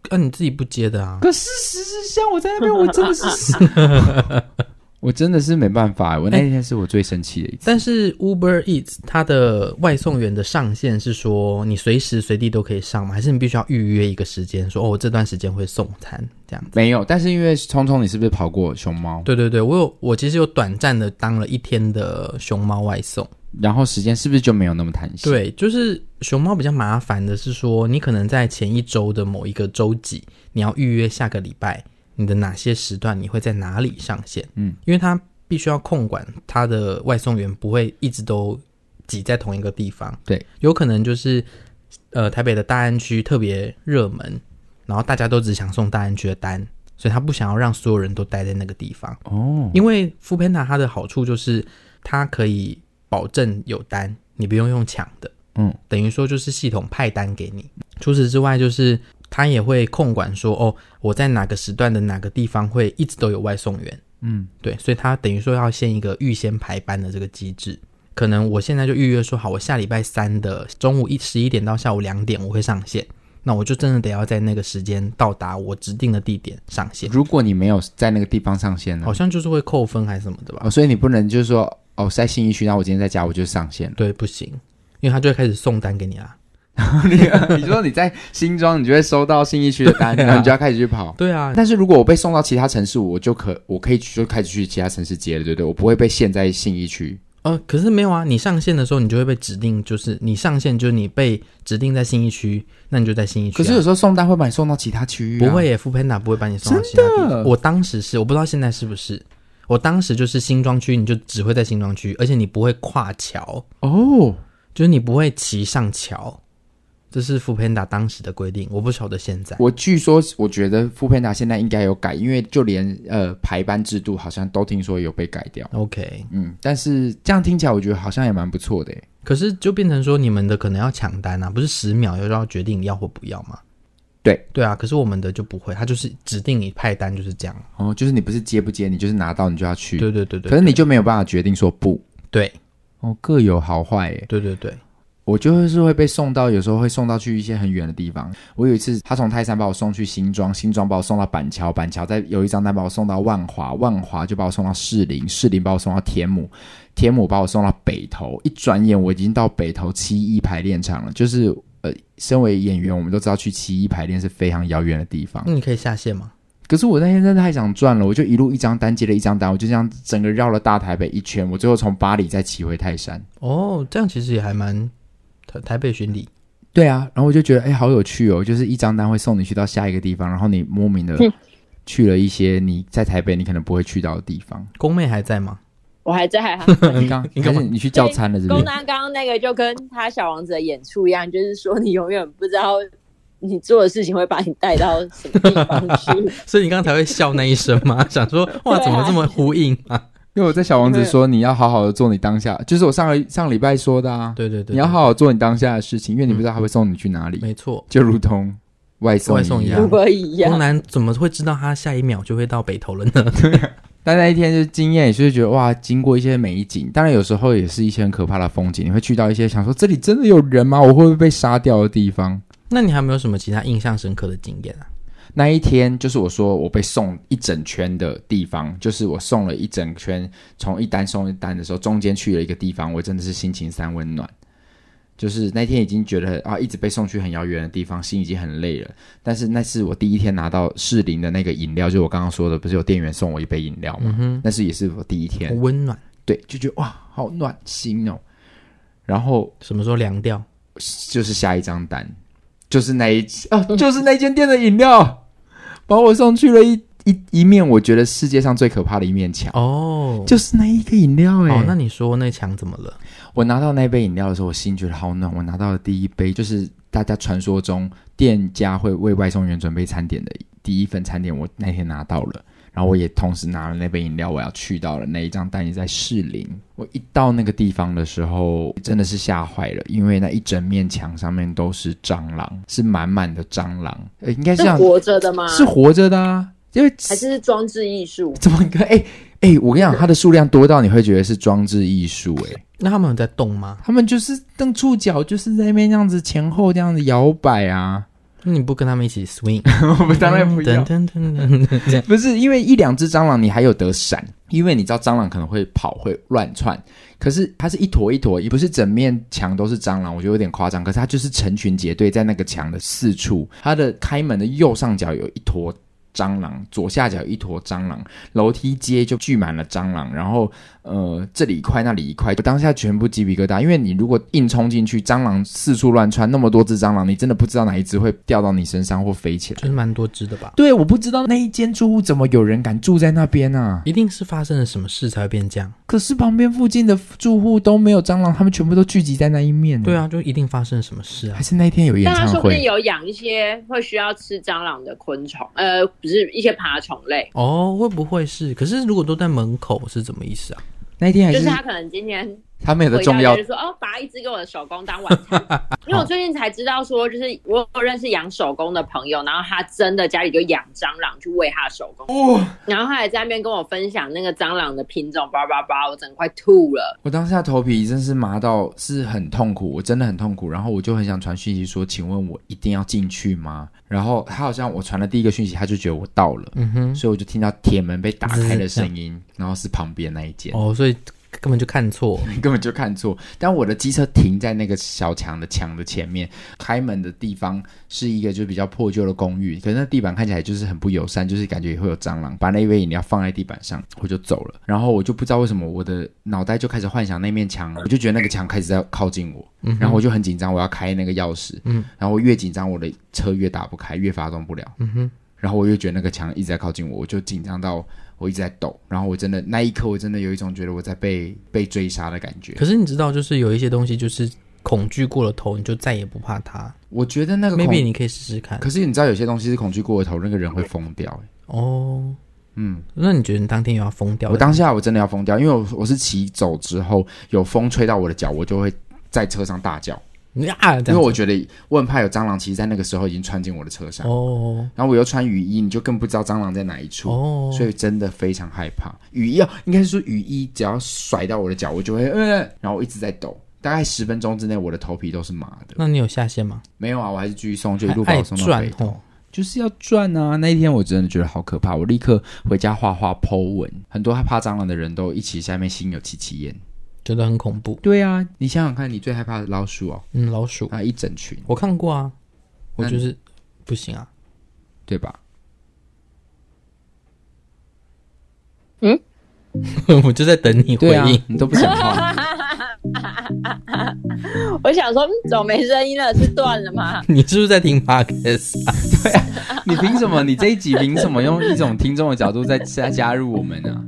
你自己不接的啊。 可事实是像我在那边，我真的是我真的是没办法，我那天是我最生气的一次。 但是 Uber Eats 它的外送员的上限是说你随时随地都可以上吗？还是你必须要预约一个时间说我这段时间会送餐这样子？ 没有，但是因为聪聪你是不是跑过熊猫？ 对对对，我其实有短暂的当了1天的熊猫外送， 然后时间是不是就没有那么弹性？ 对，就是熊猫比较麻烦的是说你可能在前一周的某一个周几你要预约下个礼拜你的哪些时段你会在哪里上线，因为它必须要控管它的外送员不会一直都挤在同一个地方， 对， 有可能就是台北的大安区特别热门，然后大家都只想送大安区的单，所以他不想要让所有人都待在那个地方因为 Foodpanda 它的好处就是它可以保证有单，你不用抢的，等于说就是系统派单给你。除此之外就是他也会控管说我在哪个时段的哪个地方会一直都有外送员，对，所以他等于说要先一个预先排班的这个机制。可能我现在就预约说好，我下礼拜3的中午11点到下午2点我会上线，那我就真的得要在那个时间到达我指定的地点上线。 如果你没有在那个地方上线呢？ 好像就是会扣分还是什么的吧。 所以你不能就是说在信义区，那我今天在家我就上线了。 对，不行，因为他就会开始送单给你啦。 你说你在新庄你就会收到信义区的单然后你就要开始去跑。 对啊， 但是如果我被送到其他城市我可以就开始去其他城市接了，对不对？我不会被限在信义区。 可是没有啊，你上线的时候你就会被指定，就是你上线就是你被指定在信义区，那你就在信义区可是有时候送单会把你送到其他区域不会耶，Foodpanda不会把你送到其他地方。我当时是，我不知道现在是不是，我当时就是新庄区你就只会在新庄区，而且你不会跨桥就是你不会骑上桥，这是 Foodpanda 当时的规定，我不晓得现在。 据说我觉得 Foodpanda 现在应该有改，因为就连排班制度好像都听说有被改掉。 OK， 但是这样听起来我觉得好像也蛮不错的耶。 可是就变成说你们的可能要抢单啊，不是10秒就要决定要或不要吗？对啊，可是我们的就不会，他就是指定你派单就是这样。 就是你不是接不接，你就是拿到你就要去。 对对对对， 可是你就没有办法决定说不。 对， 各有好坏耶。 对对对， 我就是会被送到，有时候会送到去一些很远的地方。我有一次他从泰山把我送去新庄，新庄把我送到板桥，板桥再有一张单把我送到万华，万华就把我送到士林，士林把我送到天母，天母把我送到北投。一转眼我已经到北投7-1排练场了。就是身为演员我们都知道去7-1排练是非常遥远的地方。 那你可以下线吗？ 可是我那天真的太想赚了，我就一路一张单接了一张单，我就这样整个绕了大台北一圈，我最后从巴黎再骑回泰山。 这样其实也还蛮台北巡礼。 对啊，然后我就觉得好有趣哦，就是一张单会送你去到下一个地方，然后你莫名的去了一些你在台北你可能不会去到的地方。 宫妹还在吗？ 我还在你去叫餐了是不是？ 宫男刚刚那个就跟他小王子的演出一样，就是说你永远不知道你做的事情会把你带到什么地方去所以你刚刚才会笑那一声吗？想说哇怎么这么呼应啊？ 因为我在小王子说你要好好的做你当下，就是我上礼拜说的啊。 对对 对， 你要好好做你当下的事情，因为你不知道他会送你去哪里。 没错， 就如同外送一样。 宫男怎么会知道他下一秒就会到北投了呢？ 对啊，但那一天就经验，也就是觉得哇，经过一些美景，当然有时候也是一些很可怕的风景，你会去到一些想说这里真的有人吗？我会不会被杀掉的地方？ 那你还没有什么其他印象深刻的经验啊？ 那一天就是我说我被送一整圈的地方，就是我送了一整圈，从一单送一单的时候，中间去了一个地方，我真的是心情三温暖。就是那天已经觉得一直被送去很遥远的地方，心已经很累了。但是那是我第一天拿到士林的那个饮料，就是我刚刚说的，不是有店员送我一杯饮料吗？那是也是我第一天， 温暖。 对，就觉得哇，好暖心哦。然后什么时候凉掉？ 就是下一张单，就是就是那间店的饮料。把我送去了一面我觉得世界上最可怕的一面墙就是那一个饮料那你说那墙怎么了？ 我拿到那杯饮料的时候，我心觉得好暖。我拿到的第一杯就是大家传说中店家会为外送员准备餐点的第一份餐点，我那天拿到了。然后我也同时拿了那杯饮料，我要去到了那一张单也在士林。我一到那个地方的时候真的是吓坏了，因为那一整面墙上面都是蟑螂，是满满的蟑螂。应该是活着的吗？ 是活着的啊，因为还是装置艺术？ 怎么我跟你讲，它的数量多到你会觉得是装置艺术。 那他们有在动吗？ 他们就是蹬触角，就是在那边这样子前后这样子摇摆啊。 你不跟他们一起 swing？ 我们当然不要。不是因为一两只蟑螂你还有得闪，因为你知道蟑螂可能会跑会乱窜，可是它是一坨一坨，也不是整面墙都是蟑螂，我觉得有点夸张，可是它就是成群结队在那个墙的四处，它的开门的右上角有一坨蟑螂，左下角有一坨蟑螂，楼梯阶就聚满了蟑螂，然后这里一块那里一块，当下全部鸡皮疙瘩，因为你如果硬冲进去，蟑螂四处乱窜，那么多只蟑螂，你真的不知道哪一只会掉到你身上或飞起来， 就是蛮多只的吧。 对，我不知道那一间住户怎么有人敢住在那边啊， 一定是发生了什么事才会变这样。 可是旁边附近的住户都没有蟑螂，他们全部都聚集在那一面。 对啊，就一定发生了什么事啊。 还是那一天有演唱会， 但他说不定有养一些会需要吃蟑螂的昆虫，不是一些爬虫类。 哦，会不会是？可是如果都在门口是怎么意思啊？ 那一天还就是他可能今天他们有的重要， 就是说拔一只给我的手工当晚餐。因为我最近才知道说，就是我有认识养手工的朋友，然后他真的家里就养蟑螂去喂他的手工，然后他还在那边跟我分享那个蟑螂的品种，叭叭叭，我整个快吐了。 我当下头皮真是麻到是很痛苦，我真的很痛苦，然后我就很想传讯息说，请问我一定要进去吗？然后他好像我传了第一个讯息，他就觉得我到了，所以我就听到铁门被打开的声音，然后是旁边那一间。 哦，所以根本就看错， 根本就看错。但我的机车停在那个小墙的前面，开门的地方是一个就比较破旧的公寓，可是那地板看起来就是很不友善，就是感觉也会有蟑螂。把那杯饮料放在地板上，我就走了。然后我就不知道为什么我的脑袋就开始幻想那面墙，我就觉得那个墙开始在靠近我，然后我就很紧张，我要开那个钥匙，然后我越紧张，我的车越打不开，越发动不了。然后我又觉得那个墙一直在靠近我，我就紧张到我一直在抖，然后我真的那一刻我真的有一种觉得我在被追杀的感觉。 可是你知道就是有一些东西就是恐惧过了头，你就再也不怕它。 我觉得那个 maybe 你可以试试看。 可是你知道有些东西是恐惧过了头，那个人会疯掉。 哦，那你觉得你当天有要疯掉？ 我当下我真的要疯掉，因为我是骑走之后有风吹到我的脚，我就会在车上大叫。因为我觉得我很怕有蟑螂，其实在那个时候已经窜进我的车上。然后我又穿雨衣，你就更不知道蟑螂在哪一处。所以真的非常害怕。雨衣应该是说雨衣只要甩到我的脚，我就会然后我一直在抖，大概10分钟之内我的头皮都是麻的。 那你有下线吗？ 没有啊，我还是继续送，就一路把我送到北投。就是要赚啊！那一天我真的觉得好可怕，我立刻回家画画 po 文，很多怕蟑螂的人都一起下面心有戚戚焉。 觉得很恐怖。 对啊，你想想看，你最害怕的老鼠哦。 老鼠啊，一整群。 我看过啊，我就是不行啊， 对吧？ 我就在等你回应， 你都不讲话。 我想说，怎么没声音了？是断了吗？ 你是不是在听 podcast 啊？ 对啊，你凭什么？你这一集凭什么用一种听众的角度再加入我们呢？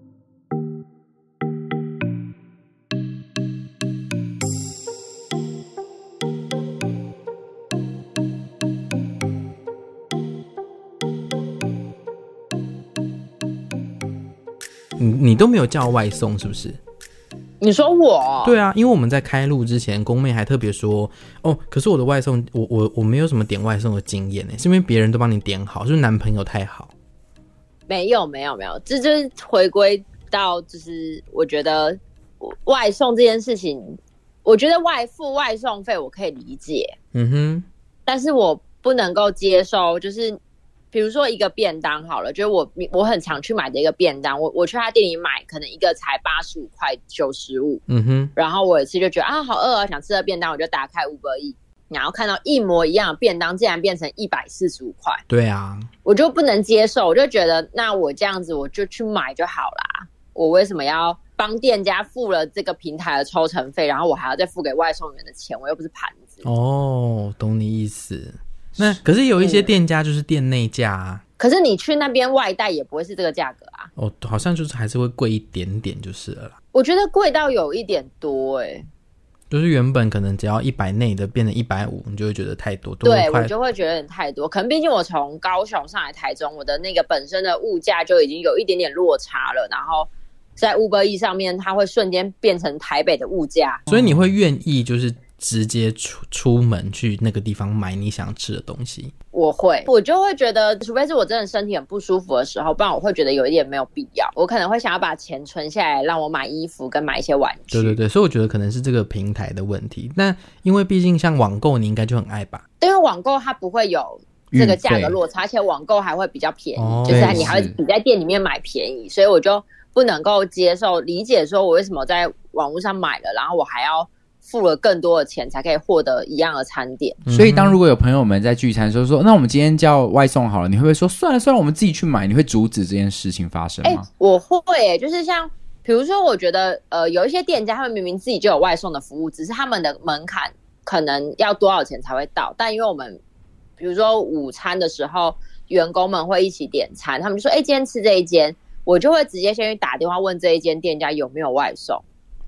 你都没有叫外送是不是？ 你说我？ 对啊，因为我们在开录之前，宫妹还特别说，可是我的外送，我没有什么点外送的经验，是因为别人都帮你点好，是不是男朋友太好？ 没有，这就是回归到，就是我觉得外送这件事情，我觉得付外送费我可以理解，但是我不能够接受，就是比如说一个便当好了，就是我很常去买的一个便当，我去他店里买，可能一个才85块95，然后我有一次就觉得好饿啊，想吃的便当，我就打开 Uber Eats， 然后看到一模一样的便当竟然变成145块， 对啊， 我就不能接受，我就觉得那我这样子我就去买就好啦，我为什么要帮店家付了这个平台的抽成费，然后我还要再付给外送员的钱，我又不是盘子。懂你意思。那可是有一些店家就是店内价啊， 可是你去那边外带也不会是这个价格啊。 好像就是还是会贵一点点就是了啦。 我觉得贵到有一点多就是原本可能只要100内的变成150，你就会觉得太多。 对，我就会觉得太多。可能毕竟我从高雄上来台中，我的那个本身的物价就已经有一点点落差了，然后在 Uber Eats 上面它会瞬间变成台北的物价。 所以你会愿意就是直接出门去那个地方买你想吃的东西？ 我就会觉得，除非是我真的身体很不舒服的时候，不然我会觉得有一点没有必要。我可能会想要把钱存下来，让我买衣服跟买一些玩具。 对对对，所以我觉得可能是这个平台的问题。那因为毕竟像网购，你应该就很爱吧？ 因为网购它不会有这个价格落差，而且网购还会比较便宜，就是你还会比在店里面买便宜，所以我就不能够理解说我为什么在网络上买了，然后我还要付了更多的钱才可以获得一样的餐点。 所以当如果有朋友们在聚餐的时候说，那我们今天叫外送好了，你会不会说算了我们自己去买？你会阻止这件事情发生吗？ 我会就是像比如说我觉得有一些店家他们明明自己就有外送的服务，只是他们的门槛可能要多少钱才会到，但因为我们比如说午餐的时候员工们会一起点餐，他们就说今天吃这一间，我就会直接先去打电话问这一间店家有没有外送。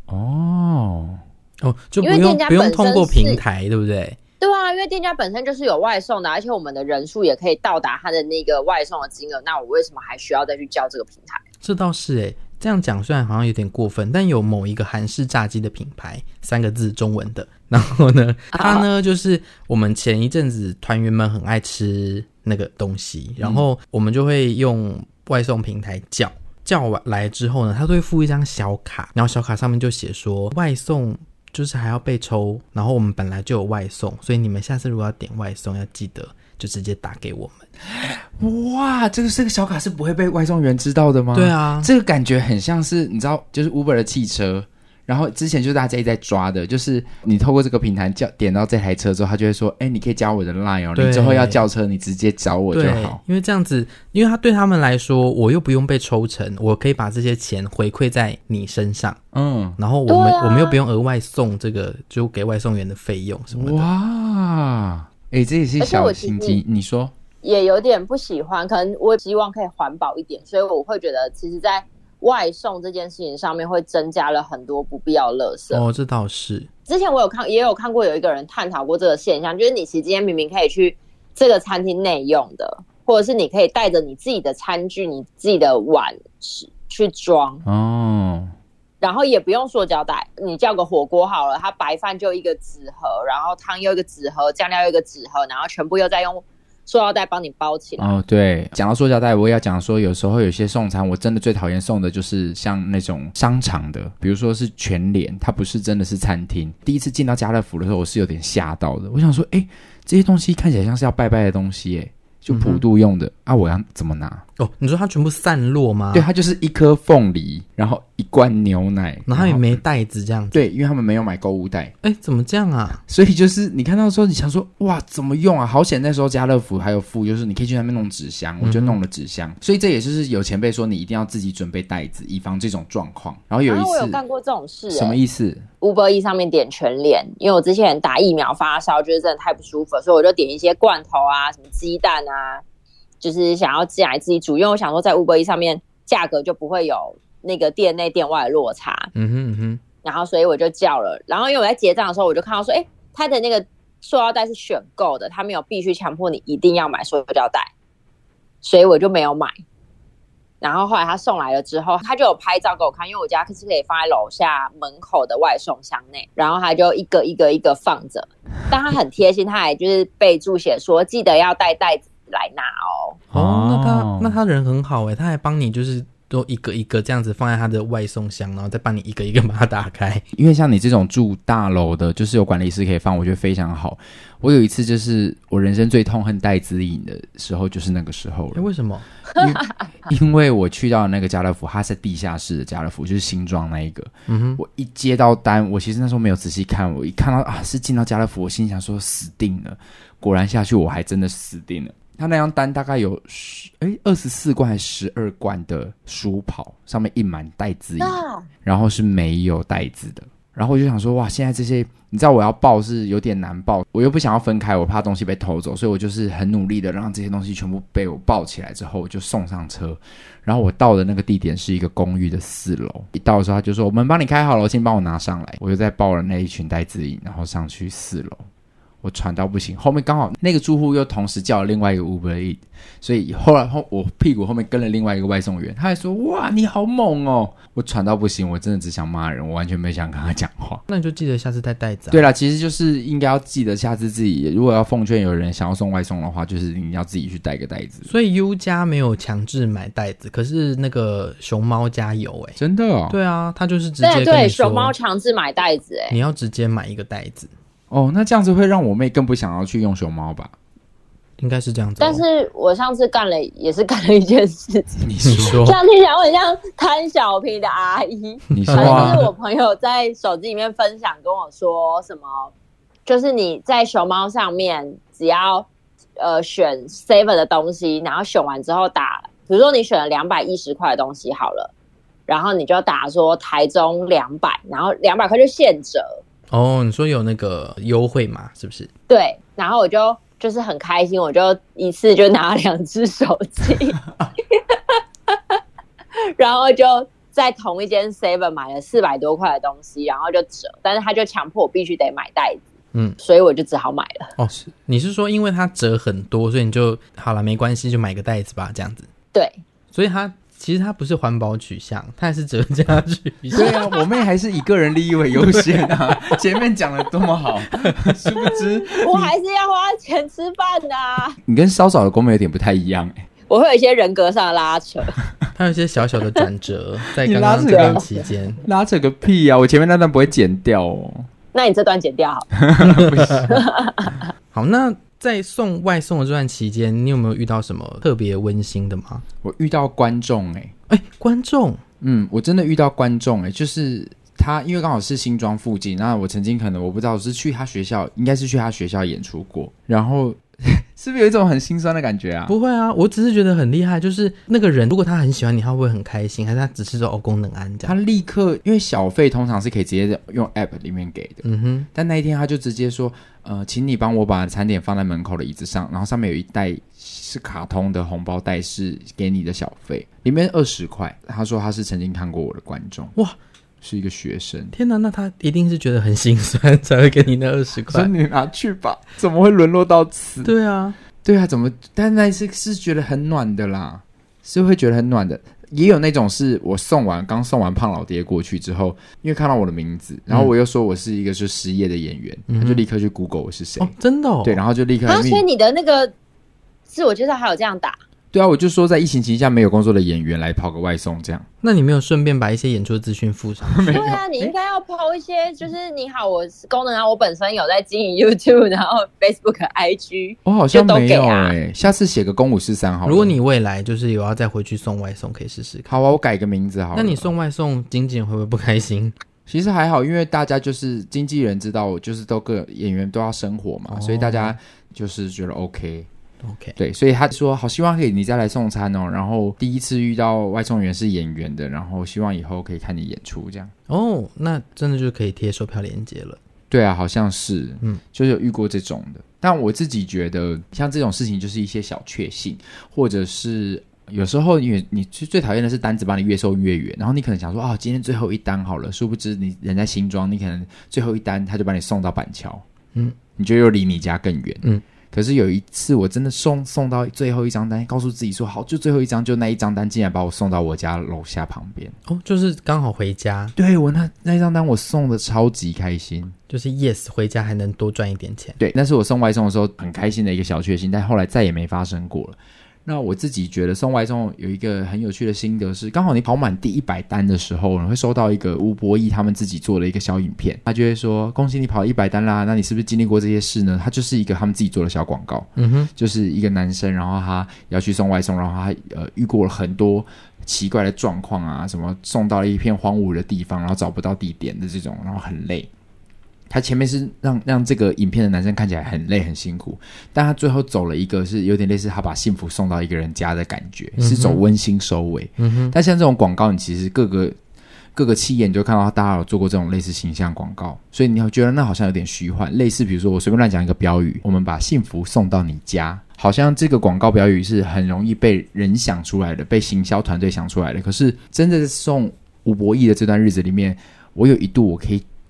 就不用通过平台，对不对？ 对啊，因为店家本身就是有外送的，而且我们的人数也可以到达他的那个外送的金额，那我为什么还需要再去叫这个平台？ 这倒是这样讲虽然好像有点过分，但有某一个韩式炸鸡的品牌，3个字中文的，然后呢它呢就是我们前一阵子团员们很爱吃那个东西，然后我们就会用外送平台叫完来之后呢，他都会附一张小卡，然后小卡上面就写说外送就是还要被抽，然后我们本来就有外送，所以你们下次如果要点外送要记得就直接打给我们。 哇，这个小卡是不会被外送员知道的吗？ 对啊， 这个感觉很像是你知道就是 Uber 的汽车，然后之前就是大家一直在抓的，就是你透过这个平台点到这台车之后，他就会说你可以加我的 LINE 哦，你之后要叫车你直接找我就好。 因为这样子，因为他对他们来说我又不用被抽成，我可以把这些钱回馈在你身上，然后我们又不用额外送这个就给外送员的费用什么的。 哇，这也是小心机。你说也有点不喜欢，可能我希望可以环保一点，所以我会觉得其实在外送这件事情上面会增加了很多不必要的垃圾。 这倒是。之前也有看过有一个人探讨过这个现象，就是你其实今天明明可以去这个餐厅内用的，或者是你可以带着你自己的餐具你自己的碗去装然后也不用塑胶袋，你叫个火锅好了，它白饭就一个纸盒，然后汤又一个纸盒，酱料又一个纸盒，然后全部又再用塑料袋帮你包起来。 对，讲到塑胶袋我也要讲说有时候有些送餐我真的最讨厌送的就是像那种商场的，比如说是全联，它不是真的是餐厅。第一次进到家乐福的时候我是有点吓到的，我想说这些东西看起来像是要拜拜的东西就普渡用的我要怎么拿？ 你说它全部散落吗？ 对，它就是一颗凤梨，然后一罐牛奶， 然后也没袋子这样子。 对，因为他们没有买购物袋。 怎么这样啊？ 所以就是你看到的时候你想说哇怎么用啊？好险那时候家乐福还有附就是你可以去那边弄纸箱，我就弄了纸箱。所以这也就是有前辈说你一定要自己准备袋子以防这种状况。然后有一次我有干过这种事什么意思 ？Uber Eats 上面点全联，因为我之前打疫苗发烧就是真的太不舒服了，所以我就点一些罐头啊什么鸡蛋啊，就是想要进来自己煮，因为我想说在 Uber Eats 上面价格就不会有那个店内店外的落差。然后所以我就叫了，然后因为我在结账的时候我就看到说他的那个塑料袋是选购的，他没有必须强迫你一定要买塑料袋，所以我就没有买。然后后来他送来了之后他就有拍照给我看，因为我家是可以放在楼下门口的外送箱内，然后他就一个一个一个放着，但他很贴心，他还就是备注写说记得要带袋子来拿那他人很好他还帮你就是都一个一个这样子放在他的外送箱，然后再帮你一个一个把它打开。 因为像你这种住大楼的就是有管理室可以放，我觉得非常好。我有一次就是我人生最痛恨带资饮的时候就是那个时候了。 为什么？ 因为我去到那个家乐福，它是地下室的家乐福，就是新庄那一个。我一接到单，我其实那时候没有仔细看，我一看到是进到家乐福，我心想说死定了。果然下去我还真的死定了。他那张单大概有24罐还是12罐的舒跑，上面印满袋子饮，然后是没有袋子的。然后我就想说哇，现在这些你知道我要报是有点难报，我又不想要分开，我怕东西被偷走，所以我就是很努力的让这些东西全部被我抱起来之后我就送上车。然后我到的那个地点是一个公寓的4楼，一到的时候他就说我们帮你开好了，请帮我拿上来。我就再抱了那一群袋子饮然后上去4楼。 我喘到不行，后面刚好那个住户又同时叫了另外一个 Uber Eats， 所以后来我屁股后面跟了另外一个外送员，他还说哇你好猛哦，我喘到不行，我真的只想骂人，我完全没想跟他讲话。 那你就记得下次带袋子啊。 对啦，其实就是应该要记得下次自己如果要奉劝有人想要送外送的话，就是你要自己去带个袋子。 所以 U 家没有强制买袋子，可是那个熊猫家有欸。 真的哦？ 对啊，他就是直接跟你说对，熊猫强制买袋子欸。 你要直接买一个袋子。 哦，那这样子会让我妹更不想要去用熊猫吧？ 应该是这样子。 但是我上次也是干了一件事情。 你说这样听起来我很像贪小便宜的阿姨。 你说反正就是我朋友在手机里面分享跟我说什么，就是你在熊猫上面只要选 7 的东西，然后选完之后打，比如说你选了210块的东西好了，然后你就打说台中200，然后200块就现折。 哦，你说有那个优惠码是不是？ 对，然后我就是很开心，我就一次就拿了2只手机，然后就在同一间 7 买了400多块的东西，然后就折，但是他就强迫我必须得买袋子，所以我就只好买了。 哦，你是说因为它折很多，所以你就好了，没关系，就买个袋子吧，这样子。 对， 所以其实它不是环保取向，它还是折价取向。 对啊，我妹还是以个人利益为优先啊。前面讲的多么好，殊不知我还是要花钱吃饭的啊。 你跟稍早的公妹有点不太一样我会有一些人格上的拉扯。 它有一些小小的转折，在刚刚这段期间。 拉扯个屁啊！我前面那段不会剪掉哦。 那你这段剪掉好。 好，那在送外送的这段期间，你有没有遇到什么特别温馨的吗？ 我遇到观众观众， 我真的遇到观众就是他，因为刚好是新庄附近，那我曾经可能我不知道是去他学校，应该是去他学校演出过，然后是不是有一种很心酸的感觉啊？ 不会啊，我只是觉得很厉害，就是那个人如果他很喜欢你，他会不会很开心？还是他只是说功能安这样？ 他立刻，因为小费通常是可以直接用 app 里面给的，但那一天他就直接说，请你帮我把餐点放在门口的椅子上，然后上面有一袋是卡通的红包袋，是给你的小费，里面20块。他说他是曾经看过我的观众，哇，是一个学生。 天哪，那他一定是觉得很心酸才会给你那20块。 说你拿去吧，怎么会沦落到此？ 对啊， 怎么？但那是觉得很暖的啦，是会觉得很暖的。也有那种是我刚送完胖老爹过去之后，因为看到我的名字，然后我又说我是一个就失业的演员，他就立刻去 Google 我是谁。 哦，真的哦。 对，然后就立刻。 所以你的那个自我介绍还有这样打？ 对啊，我就说在疫情期间没有工作的演员来跑个外送这样。 那你没有顺便把一些演出的资讯附上去？ 对啊，你应该要 po 一些，就是你好，我是功能啊，我本身有在经营 YouTube， 然后 Facebook、IG， 我好像没有下次写个公543好了。 如果你未来就是有要再回去送外送，可以试试看。 好啊，我改个名字好了。 那你送外送，经纪人会不会不开心？ 其实还好，因为大家就是经纪人知道，就是都各演员都要生活嘛，所以大家就是觉得 OK。对，所以他说好希望可以你再来送餐哦，然后第一次遇到外送员是演员的，然后希望以后可以看你演出这样。 哦，那真的就可以贴售票连结了。 对啊，好像是，就是有遇过这种的。但我自己觉得像这种事情就是一些小确幸，或者是有时候因为你最讨厌的是单子帮你越收越远，然后你可能想说今天最后一单好了，殊不知你人在新庄，你可能最后一单他就把你送到板桥，你就又离你家更远，可是有一次我真的送到最后一张单，告诉自己说好就最后一张，就那一张单竟然把我送到我家楼下旁边。哦， 就是刚好回家。 对，我那一张单我送的超级开心， 就是 yes 回家还能多赚一点钱。 对，那是我送外送的时候很开心的一个小确幸，但后来再也没发生过了。那我自己觉得送外送有一个很有趣的心得是，刚好你跑满第100单的时候，你会收到一个吴博义他们自己做的一个小影片，他就会说恭喜你跑100单啦，那你是不是经历过这些事呢？他就是一个他们自己做的小广告，就是一个男生，然后他要去送外送，然后他遇过了很多奇怪的状况啊，什么送到了一片荒芜的地方，然后找不到地点的这种，然后很累。他前面是让这个影片的男生看起来很累很辛苦，但他最后走了一个是有点类似他把幸福送到一个人家的感觉，是走温馨收尾。但像这种广告，你其实各个企业你就看到大家有做过这种类似形象广告，所以你会觉得那好像有点虚幻，类似比如说我随便乱讲一个标语，我们把幸福送到你家，好像这个广告标语是很容易被人想出来的，被行销团队想出来的。可是真的送吴博义的这段日子里面，我有一度我可以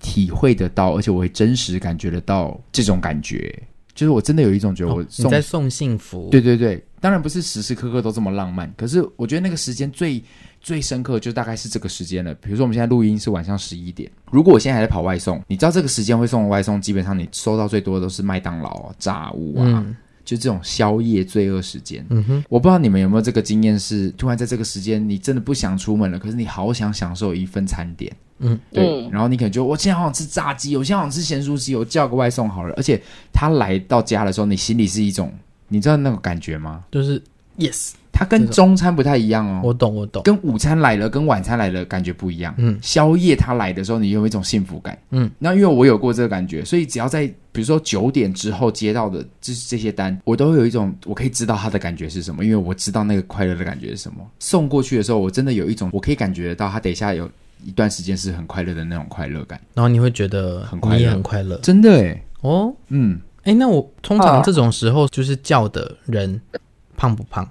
体会得到，而且我会真实感觉得到这种感觉，就是我真的有一种觉得我你在送幸福。 对对对，当然不是时时刻刻都这么浪漫，可是我觉得那个时间最深刻就大概是这个时间了。比如说我们现在录音是晚上11点，如果我现在还在跑外送，你知道这个时间会送的外送基本上你收到最多的都是麦当劳啊、炸物啊，就这种宵夜罪恶时间。我不知道你们有没有这个经验，是突然在这个时间你真的不想出门了，可是你好想享受一份餐点。对，然后你可能就我今天好想吃炸鸡，我今天好想吃咸酥鸡，我叫个外送好了。而且他来到家的时候，你心里是一种，你知道那种感觉吗？就是 yes， 它跟中餐不太一样哦。我懂，跟午餐来了跟晚餐来了感觉不一样。宵夜它来的时候，你有一种幸福感。那因为我有过这个感觉，所以只要在比如说9点之后接到的这些单，我都会有一种我可以知道它的感觉是什么，因为我知道那个快乐的感觉是什么。送过去的时候，我真的有一种我可以感觉得到，它等一下有一段时间是很快乐的那种快乐感， 然后你会觉得很快乐，你也很快乐， 真的耶。 那我通常这种时候就是叫的人胖不胖？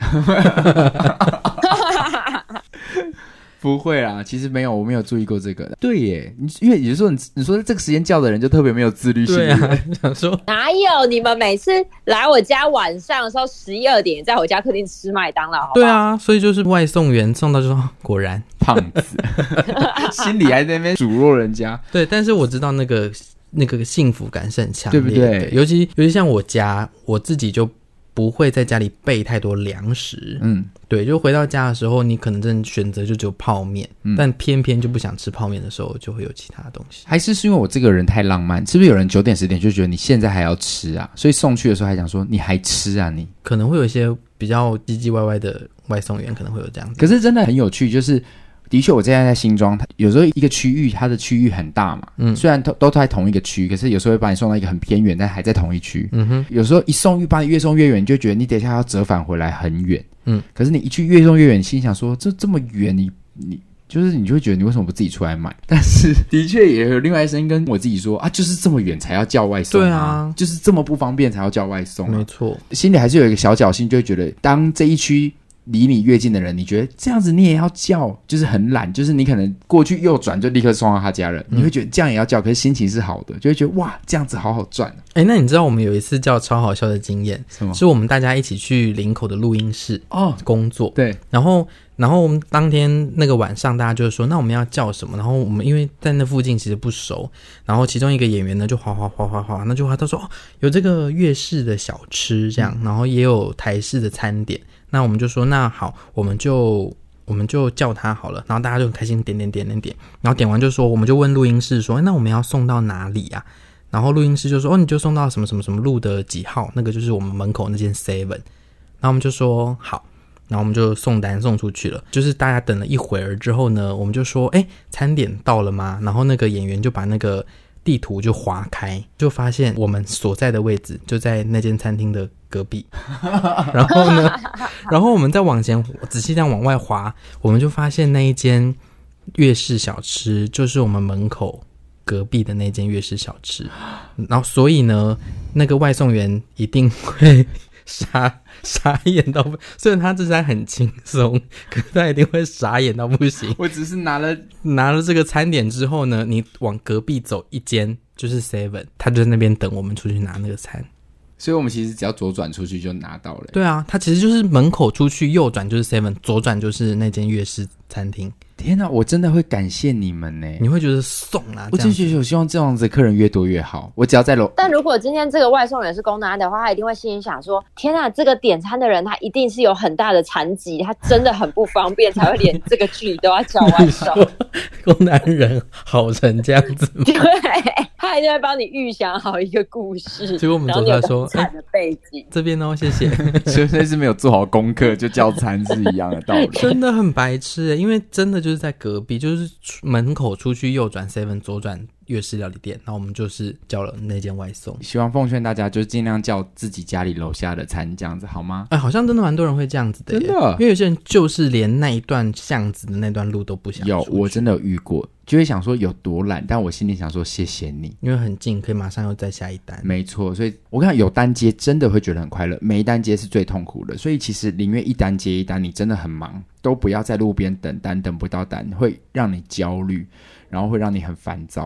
不会啦，其实没有，我没有注意过这个。对耶，因为有时候你说这个时间叫的人就特别没有自律性。对啊，想说哪有？你们每次来我家晚上的时候11、2点在我家客厅吃麦当劳，好不好？ 对啊，所以就是外送员送到就说果然胖子，心里还在那边数落人家。 对，但是我知道那个幸福感是很强烈的，对不对？ 尤其像我家，我自己就不会在家里备太多粮食。对，就回到家的时候，你可能真的选择就只有泡面，但偏偏就不想吃泡面的时候，就会有其他的东西。 还是因为我这个人太浪漫，是不是有人9点10点就觉得你现在还要吃啊？所以送去的时候还想说你还吃啊你？ 可能会有一些比较唧唧歪歪的外送员可能会有这样子。 可是真的很有趣，就是的确我现在在新庄，有时候一个区域它的区域很大嘛，虽然都在同一个区，可是有时候会把你送到一个很偏远但还在同一区。有时候把你越送越远，你就觉得你等一下要折返回来很远。可是你一去越送越远，你心想说这么远，你就是你就会觉得你为什么不自己出来买？但是的确也有另外一声音跟我自己说啊，就是这么远才要叫外送。 对啊， 就是这么不方便才要叫外送。 没错， 心里还是有一个小侥幸，就会觉得当这一区离你越近的人，你觉得这样子你也要叫，就是很懒，就是你可能过去右转就立刻送到他家了，你会觉得这样也要叫，可是心情是好的，就会觉得哇，这样子好好赚。 那你知道我们有一次叫超好笑的经验，是我们大家一起去林口的录音室工作。对，然后我们当天那个晚上，大家就说那我们要叫什么？然后我们因为在那附近其实不熟，然后其中一个演员呢就滑，那就滑到说有这个粤式的小吃这样，然后也有台式的餐点。那我们就说那好，我们就叫他好了，然后大家就很开心点，然后点完就说我们就问录音室说那我们要送到哪里啊？然后录音师就说你就送到什么什么什么路的几号，那个就是我们门口那间 7。 然后我们就说好，然后我们就送单送出去了。就是大家等了一会儿之后呢，我们就说餐点到了吗？然后那个演员就把那个地图就划开，就发现我们所在的位置就在那间餐厅的隔壁。然后呢，然后我们再往前仔细这样往外滑，我们就发现那一间粤式小吃就是我们门口隔壁的那间粤式小吃。然后所以呢，那个外送员一定会傻眼到不，虽然他这餐很轻松，可是他一定会傻眼到不行。 我只是拿了这个餐点之后呢，你往隔壁走一间就是 7， 他就在那边等我们出去拿那个餐。 所以我们其实只要左转出去就拿到了。 对啊，他其实就是门口出去，右转就是 7， 左转就是那间粤式餐厅。 天哪，我真的会感谢你们呢！ 你会觉得送啊， 我真觉得我希望这样子的客人越多越好。我只要在楼， 但如果今天这个外送员是公安的话，他一定会心里想说：天哪，这个点餐的人他一定是有很大的残疾，他真的很不方便，才会连这个距离都要叫外送。 公安人好成这样子吗？ 对，他一定会帮你预想好一个故事。 结果我们走出来说： 惨的背景这边哦，谢谢。 纯粹是没有做好功课就叫餐是一样的道理。 真的很白痴因为真的就是在隔壁，就是门口出去右转 7， 左转粤式料理店，然后我们就是叫了那间外送。 希望奉劝大家就尽量叫自己家里楼下的餐，这样子好吗？ 好像真的蛮多人会这样子的耶，真的，因为有些人就是连那一段巷子的那段路都不想出去。 我真的有遇过，就会想说有多懒，但我心里想说谢谢你， 因为很近，可以马上又再下一单。 没错，所以我看有单接真的会觉得很快乐，没一单接是最痛苦的。所以其实宁愿一单接一单，你真的很忙，都不要在路边等单，等不到单会让你焦虑，然后会让你很烦躁。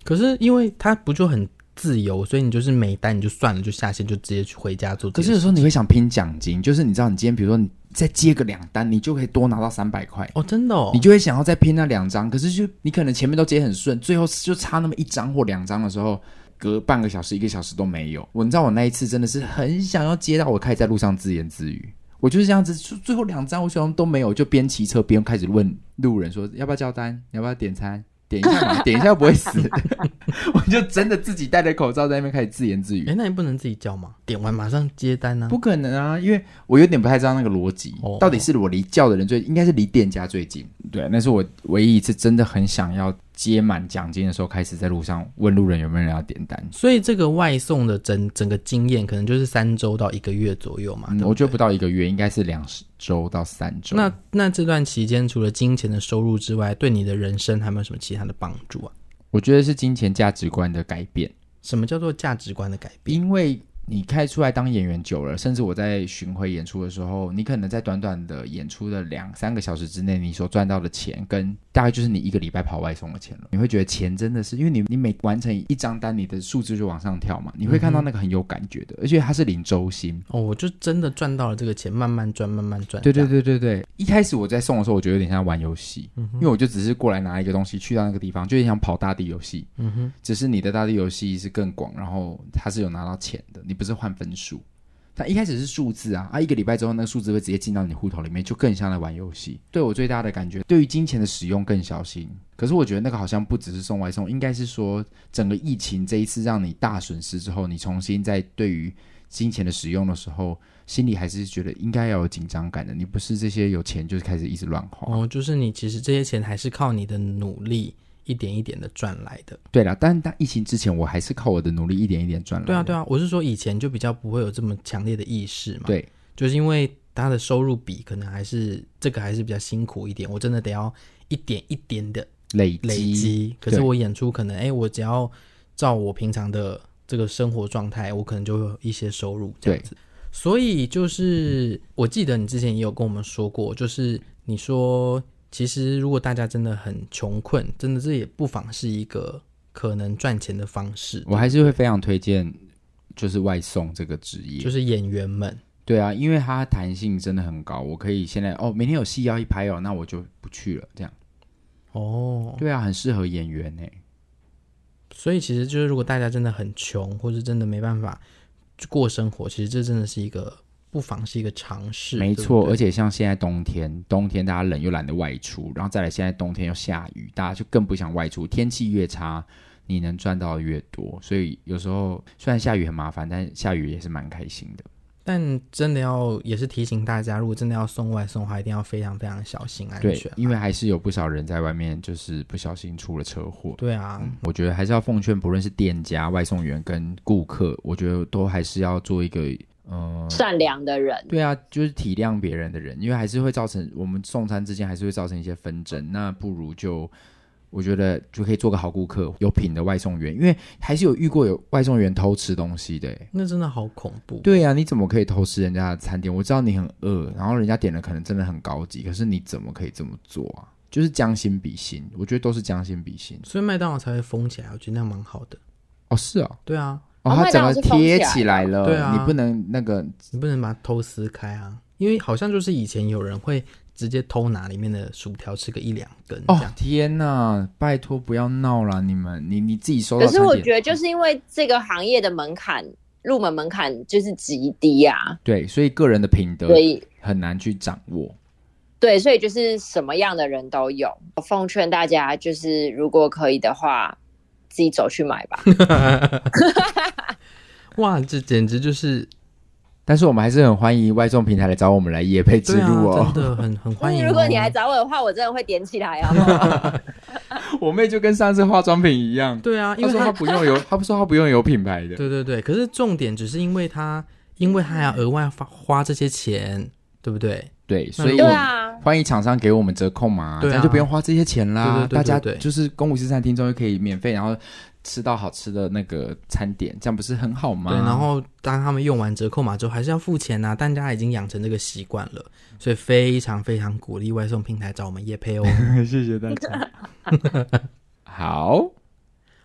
可是因为它不就很自由，所以你就是每单你就算了，就下线就直接去回家做。 可是有时候你会想拼奖金，就是你知道你今天比如说你再接个2单，你就可以多拿到300块哦，真的哦， 你就会想要再拼那2张，可是就你可能前面都接很顺，最后就差那么1张或2张的时候，隔半个小时1个小时都没有。你知道我那一次真的是很想要接到，我开始在路上自言自语，我就是这样子，最后2张我好像都没有，就边骑车边开始问路人说要不要叫单，要不要点餐，点一下嘛，点一下又不会死。我就真的自己戴着口罩在那边开始自言自语。 那你不能自己叫吗？点完马上接单啊？ 不可能啊，因为我有点不太知道那个逻辑，到底是我离叫的人应该是离店家最近。对，那是我唯一一次真的很想要接满奖金的时候，开始在路上问路人有没有人要点单。 所以这个外送的整个经验可能就是3周到1个月左右嘛。 我觉得不到1个月，应该是2周到3周。 那这段期间除了金钱的收入之外，对你的人生还有没有什么其他的帮助啊？ 我觉得是金钱价值观的改变。 什么叫做价值观的改变？ 因为你开出来当演员久了，甚至我在巡回演出的时候，你可能在短短的演出的2-3个小时之内，你所赚到的钱跟大概就是你1个礼拜跑外送的钱了。你会觉得钱真的是，因为你每完成1张单，你的数字就往上跳嘛，你会看到那个很有感觉的，而且它是领周薪。 我就真的赚到了这个钱，慢慢赚慢慢赚。 对对对对对，一开始我在送的时候我觉得有点像玩游戏，因为我就只是过来拿一个东西去到那个地方，就有点像跑大地游戏，只是你的大地游戏是更广，然后它是有拿到钱的，你不是换分数。它一开始是数字啊，1个礼拜之后那个数字会直接进到你户头里面，就更像在玩游戏。对我最大的感觉，对于金钱的使用更小心。可是我觉得那个好像不只是送外送，应该是说整个疫情这一次让你大损失之后，你重新在对于金钱的使用的时候，心里还是觉得应该要有紧张感的。你不是这些有钱就是开始一直乱花。 就是你其实这些钱还是靠你的努力一点一点的赚来的。 对啦，但疫情之前我还是靠我的努力一点一点赚来的。 对啊对啊，我是说以前就比较不会有这么强烈的意识嘛。 对， 就是因为他的收入比可能还是这个还是比较辛苦一点，我真的得要一点一点的累积。可是我演出可能我只要照我平常的这个生活状态，我可能就会有一些收入这样子。所以就是我记得你之前也有跟我们说过，就是你说其实如果大家真的很穷困，真的这也不妨是一个可能赚钱的方式。 我还是会非常推荐就是外送这个职业， 就是演员们。 对啊，因为它弹性真的很高，我可以现在明天有戏要一拍那我就不去了这样。对啊，很适合演员所以其实就是如果大家真的很穷，或是真的没办法过生活，其实这真的是一个不妨是一个尝试。 没错，而且像现在冬天大家冷又懒得外出，然后再来现在冬天又下雨，大家就更不想外出，天气越差你能赚到的越多，所以有时候虽然下雨很麻烦，但下雨也是蛮开心的。 但真的也是提醒大家，如果真的要送外送的话，一定要非常非常小心安全。 对，因为还是有不少人在外面就是不小心出了车祸。 对啊， 我觉得还是要奉劝，不论是店家、外送员跟顾客，我觉得都还是要做一个善良的人。 对啊，就是体谅别人的人，因为还是会造成我们送餐之间还是会造成一些纷争，那不如我觉得就可以做个好顾客，有品的外送员，因为还是有遇过有外送员偷吃东西的。 那真的好恐怖。 对啊，你怎么可以偷吃人家的餐点？我知道你很饿，然后人家点的可能真的很高级，可是你怎么可以这么做啊？就是将心比心，我觉得都是将心比心。 所以麦当劳才会封起来，我觉得那样蛮好的。 是啊。 对啊。 它整个贴起来了。 对啊， 你不能你不能把它偷撕开啊，因为好像就是以前有人会直接偷拿里面的薯条吃个1-2根这样。 天哪，拜托不要闹啦，你们你自己收到餐点。 可是我觉得就是因为这个行业的入门门槛就是极低啊。 对，所以个人的品德很难去掌握。 对，所以就是什么样的人都有。我奉劝大家就是如果可以的话自己走去买吧。 哇，这简直就是！ 但是我们还是很欢迎外送平台来找我们来业配植入真的很欢迎。 如果你来找我的话，我真的会点起来啊。 我妹就跟上次化妆品一样。 对啊，因为她不用有，她说她不用有品牌的。 对对对，可是重点只是因为她还要额外花这些钱，对不对？ 对，所以欢迎厂商给我们折扣嘛，这样就不用花这些钱啦。大家就是公五四三听众就可以免费，然后吃到好吃的那个餐点，这样不是很好吗？ 对，然后当他们用完折扣码之后还是要付钱啊，大家已经养成这个习惯了，所以非常非常鼓励外送平台找我们业配哦。 谢谢大家。好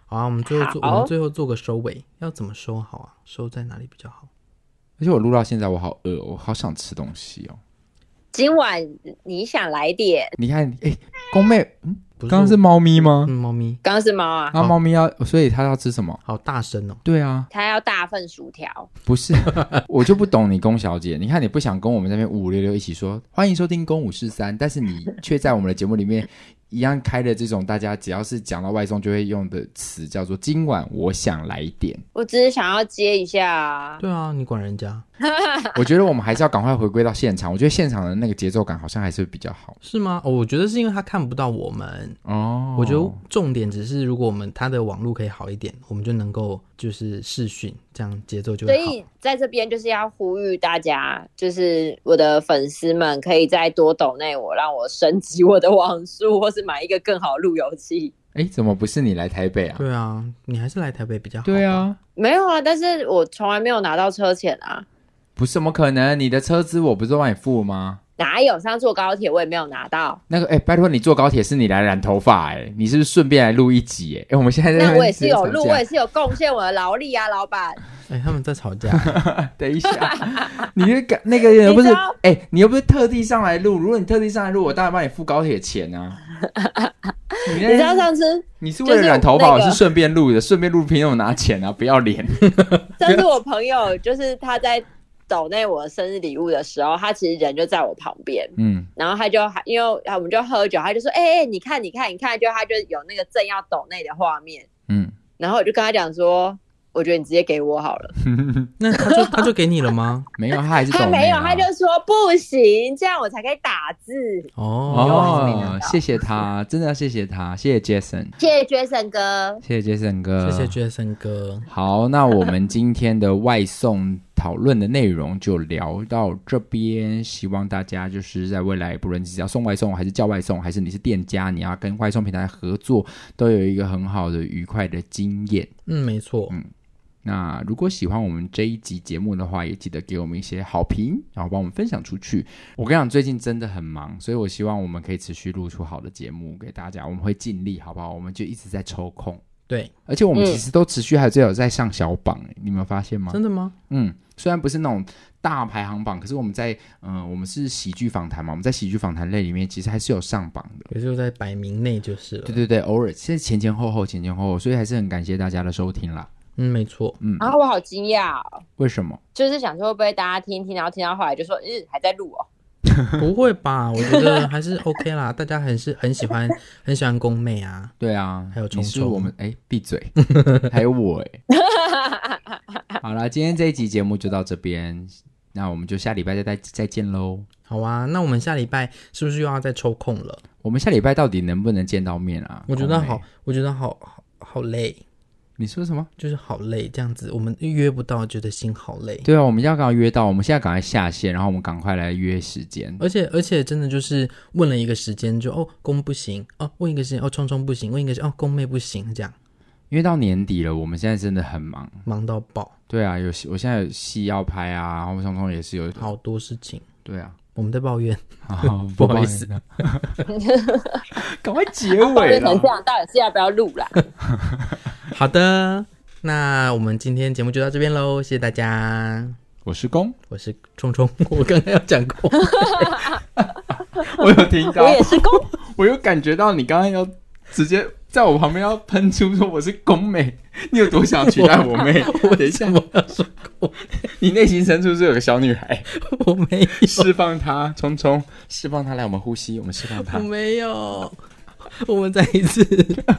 好啊，我们最后做个收尾，要怎么收好啊？收在哪里比较好？ 而且我录到现在我好饿，我好想吃东西哦。 今晚你想来点？ 你看，宫妹，刚刚是猫咪吗？ 猫咪， 刚刚是猫啊。 猫咪所以它要吃什么？ 好大声哦。 对啊， 它要大份薯条。 不是，我就不懂你宫小姐。你看你不想跟我们那边5566一起说欢迎收听公543，但是你却在我们的节目里面一样开了这种大家只要是讲到外送就会用的词，叫做今晚我想来点。 我只是想要接一下啊。 对啊，你管人家。 我觉得我们还是要赶快回归到现场，我觉得现场的那个节奏感好像还是比较好。 是吗？我觉得是因为他看不到我们哦。我觉得重点只是如果他的网络可以好一点，我们就能够就是视讯，这样节奏就会好。 所以在这边就是要呼吁大家，就是我的粉丝们可以再多抖内我，让我升级我的网速，或是买一个更好的路由器。 怎么不是你来台北啊？ 对啊，你还是来台北比较好。 对啊， 没有啊，但是我从来没有拿到车钱啊。 不是，怎么可能？你的车资我不是都帮你付吗？ 哪有？上次坐高铁我也没有拿到。 那个拜托你坐高铁是你来染头发你是不是顺便来录一集我们现在在那我也是有录，我也是有贡献我的劳力啊，老板。 他们在吵架。 等一下，你那个人又不是你又不是特地上来录。如果你特地上来录，我当然帮你付高铁钱啊。 你知道上次你是为了染头发，我是顺便录的，顺便录凭什么拿钱啊？不要脸。 上次我朋友就是他在抖内我生日礼物的时候，他其实人就在我旁边，然后他就因为我们就喝酒，他就说你看，就他就有那个正要抖内的画面，然后我就跟他讲说，我觉得你直接给我好了。 那他就给你了吗？ 没有，他还是抖内他没有，他就说不行，这样我才可以打字。 谢谢他，真的要谢谢他，谢谢 Jason， 谢谢 Jason 哥， 谢谢 Jason 哥， 谢谢 Jason 哥。 好，那我们今天的外送讨论的内容就聊到这边，希望大家就是在未来不论是要送外送还是叫外送，还是你是店家你要跟外送平台合作，都有一个很好的愉快的经验。 没错。 那如果喜欢我们这一集节目的话，也记得给我们一些好评，然后帮我们分享出去。我跟你讲，最近真的很忙，所以我希望我们可以持续录出好的节目给大家，我们会尽力，好不好？我们就一直在抽空。 对， 而且我们其实都持续还有在上小榜，你有没有发现吗？ 真的吗？ 虽然不是那种大排行榜，可是我们在我们是喜剧访谈嘛，我们在喜剧访谈类里面其实还是有上榜的， 也就在100名内就是了。 对，偶尔现在前后，所以还是很感谢大家的收听啦。 没错。 然后我好惊讶哦。 为什么？ 就是想说会不会大家听，然后听到后来就说还在录哦。 不会吧？我觉得还是 OK 啦，大家很喜欢宫妹啊。 对啊， 还有冲冲， 你是我们闭嘴，还有我好啦，今天这一集节目就到这边，那我们就下礼拜再见咯。 好啊，那我们下礼拜是不是又要再抽空了？ 我们下礼拜到底能不能见到面啊？我觉得好累。 你说什么？ 就是好累，这样子我们约不到，觉得心好累。 对啊，我们要赶快约到，我们现在赶快下线，然后我们赶快来约时间。 而且真的就是问了一个时间就公不行问一个时间冲冲不行，问一个时间宫妹不行，这样。 因为到年底了，我们现在真的很忙到爆。对啊，我现在有戏要拍啊，然后冲冲也是有好多事情。 对啊， 我们在抱怨。 不好意思，赶快结尾了。抱怨成这样，到底是要不要录啦？ 好的，那我们今天节目就到这边咯，谢谢大家。 我是公， 我是冲冲，我刚刚要讲公。 我有听到， 我也是公， 我有感觉到你刚刚要直接在我旁边要喷出说我是公妹，你有多想取代我妹？ 我等一下我要说公， 你内心深处是有个小女孩， 我没有释放她，冲冲释放她来我们呼吸，我们释放她。 我没有，我们再一次。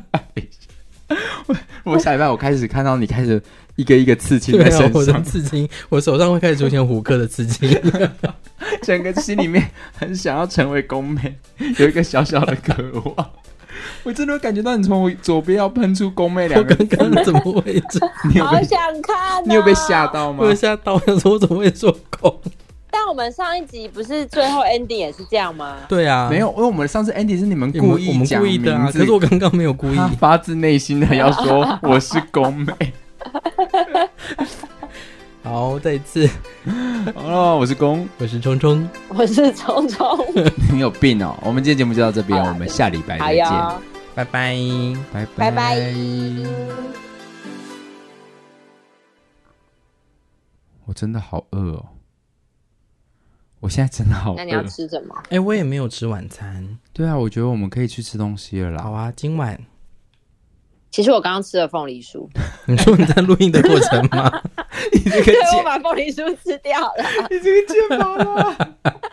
我下礼拜我开始看到你开始一个一个刺青在身上， 我的刺青，我手上会开始出现虎克的刺青， 整个心里面很想要成为公妹，有一个小小的渴望。我真的感觉到你从我左边要喷出公妹两个字， 我刚刚怎么会这样？好想看你有被吓到吗？ 我有吓到，我想说我怎么会说公？ 但我们上一集不是最后 ending 也是这样吗？ 对啊， 没有，因为我们上次 ending 是你们故意讲名字， 的啊，可是我刚刚没有故意， 他发自内心的要说我是公妹。 好，再一次。 好了，我是公， 我是冲冲， 我是冲冲。 你有病哦！我们今天节目就到这边，我们下礼拜再见， 拜拜， 拜拜拜。 我真的好饿哦，我现在真的好饿。 那你要吃什么？ 我也没有吃晚餐。 对啊，我觉得我们可以去吃东西了啦。 好啊，今晚。 其实我刚刚吃了凤梨酥。 你说你在录音的过程吗？ 你这个对，我把凤梨酥吃掉了。 你这个贱宝了。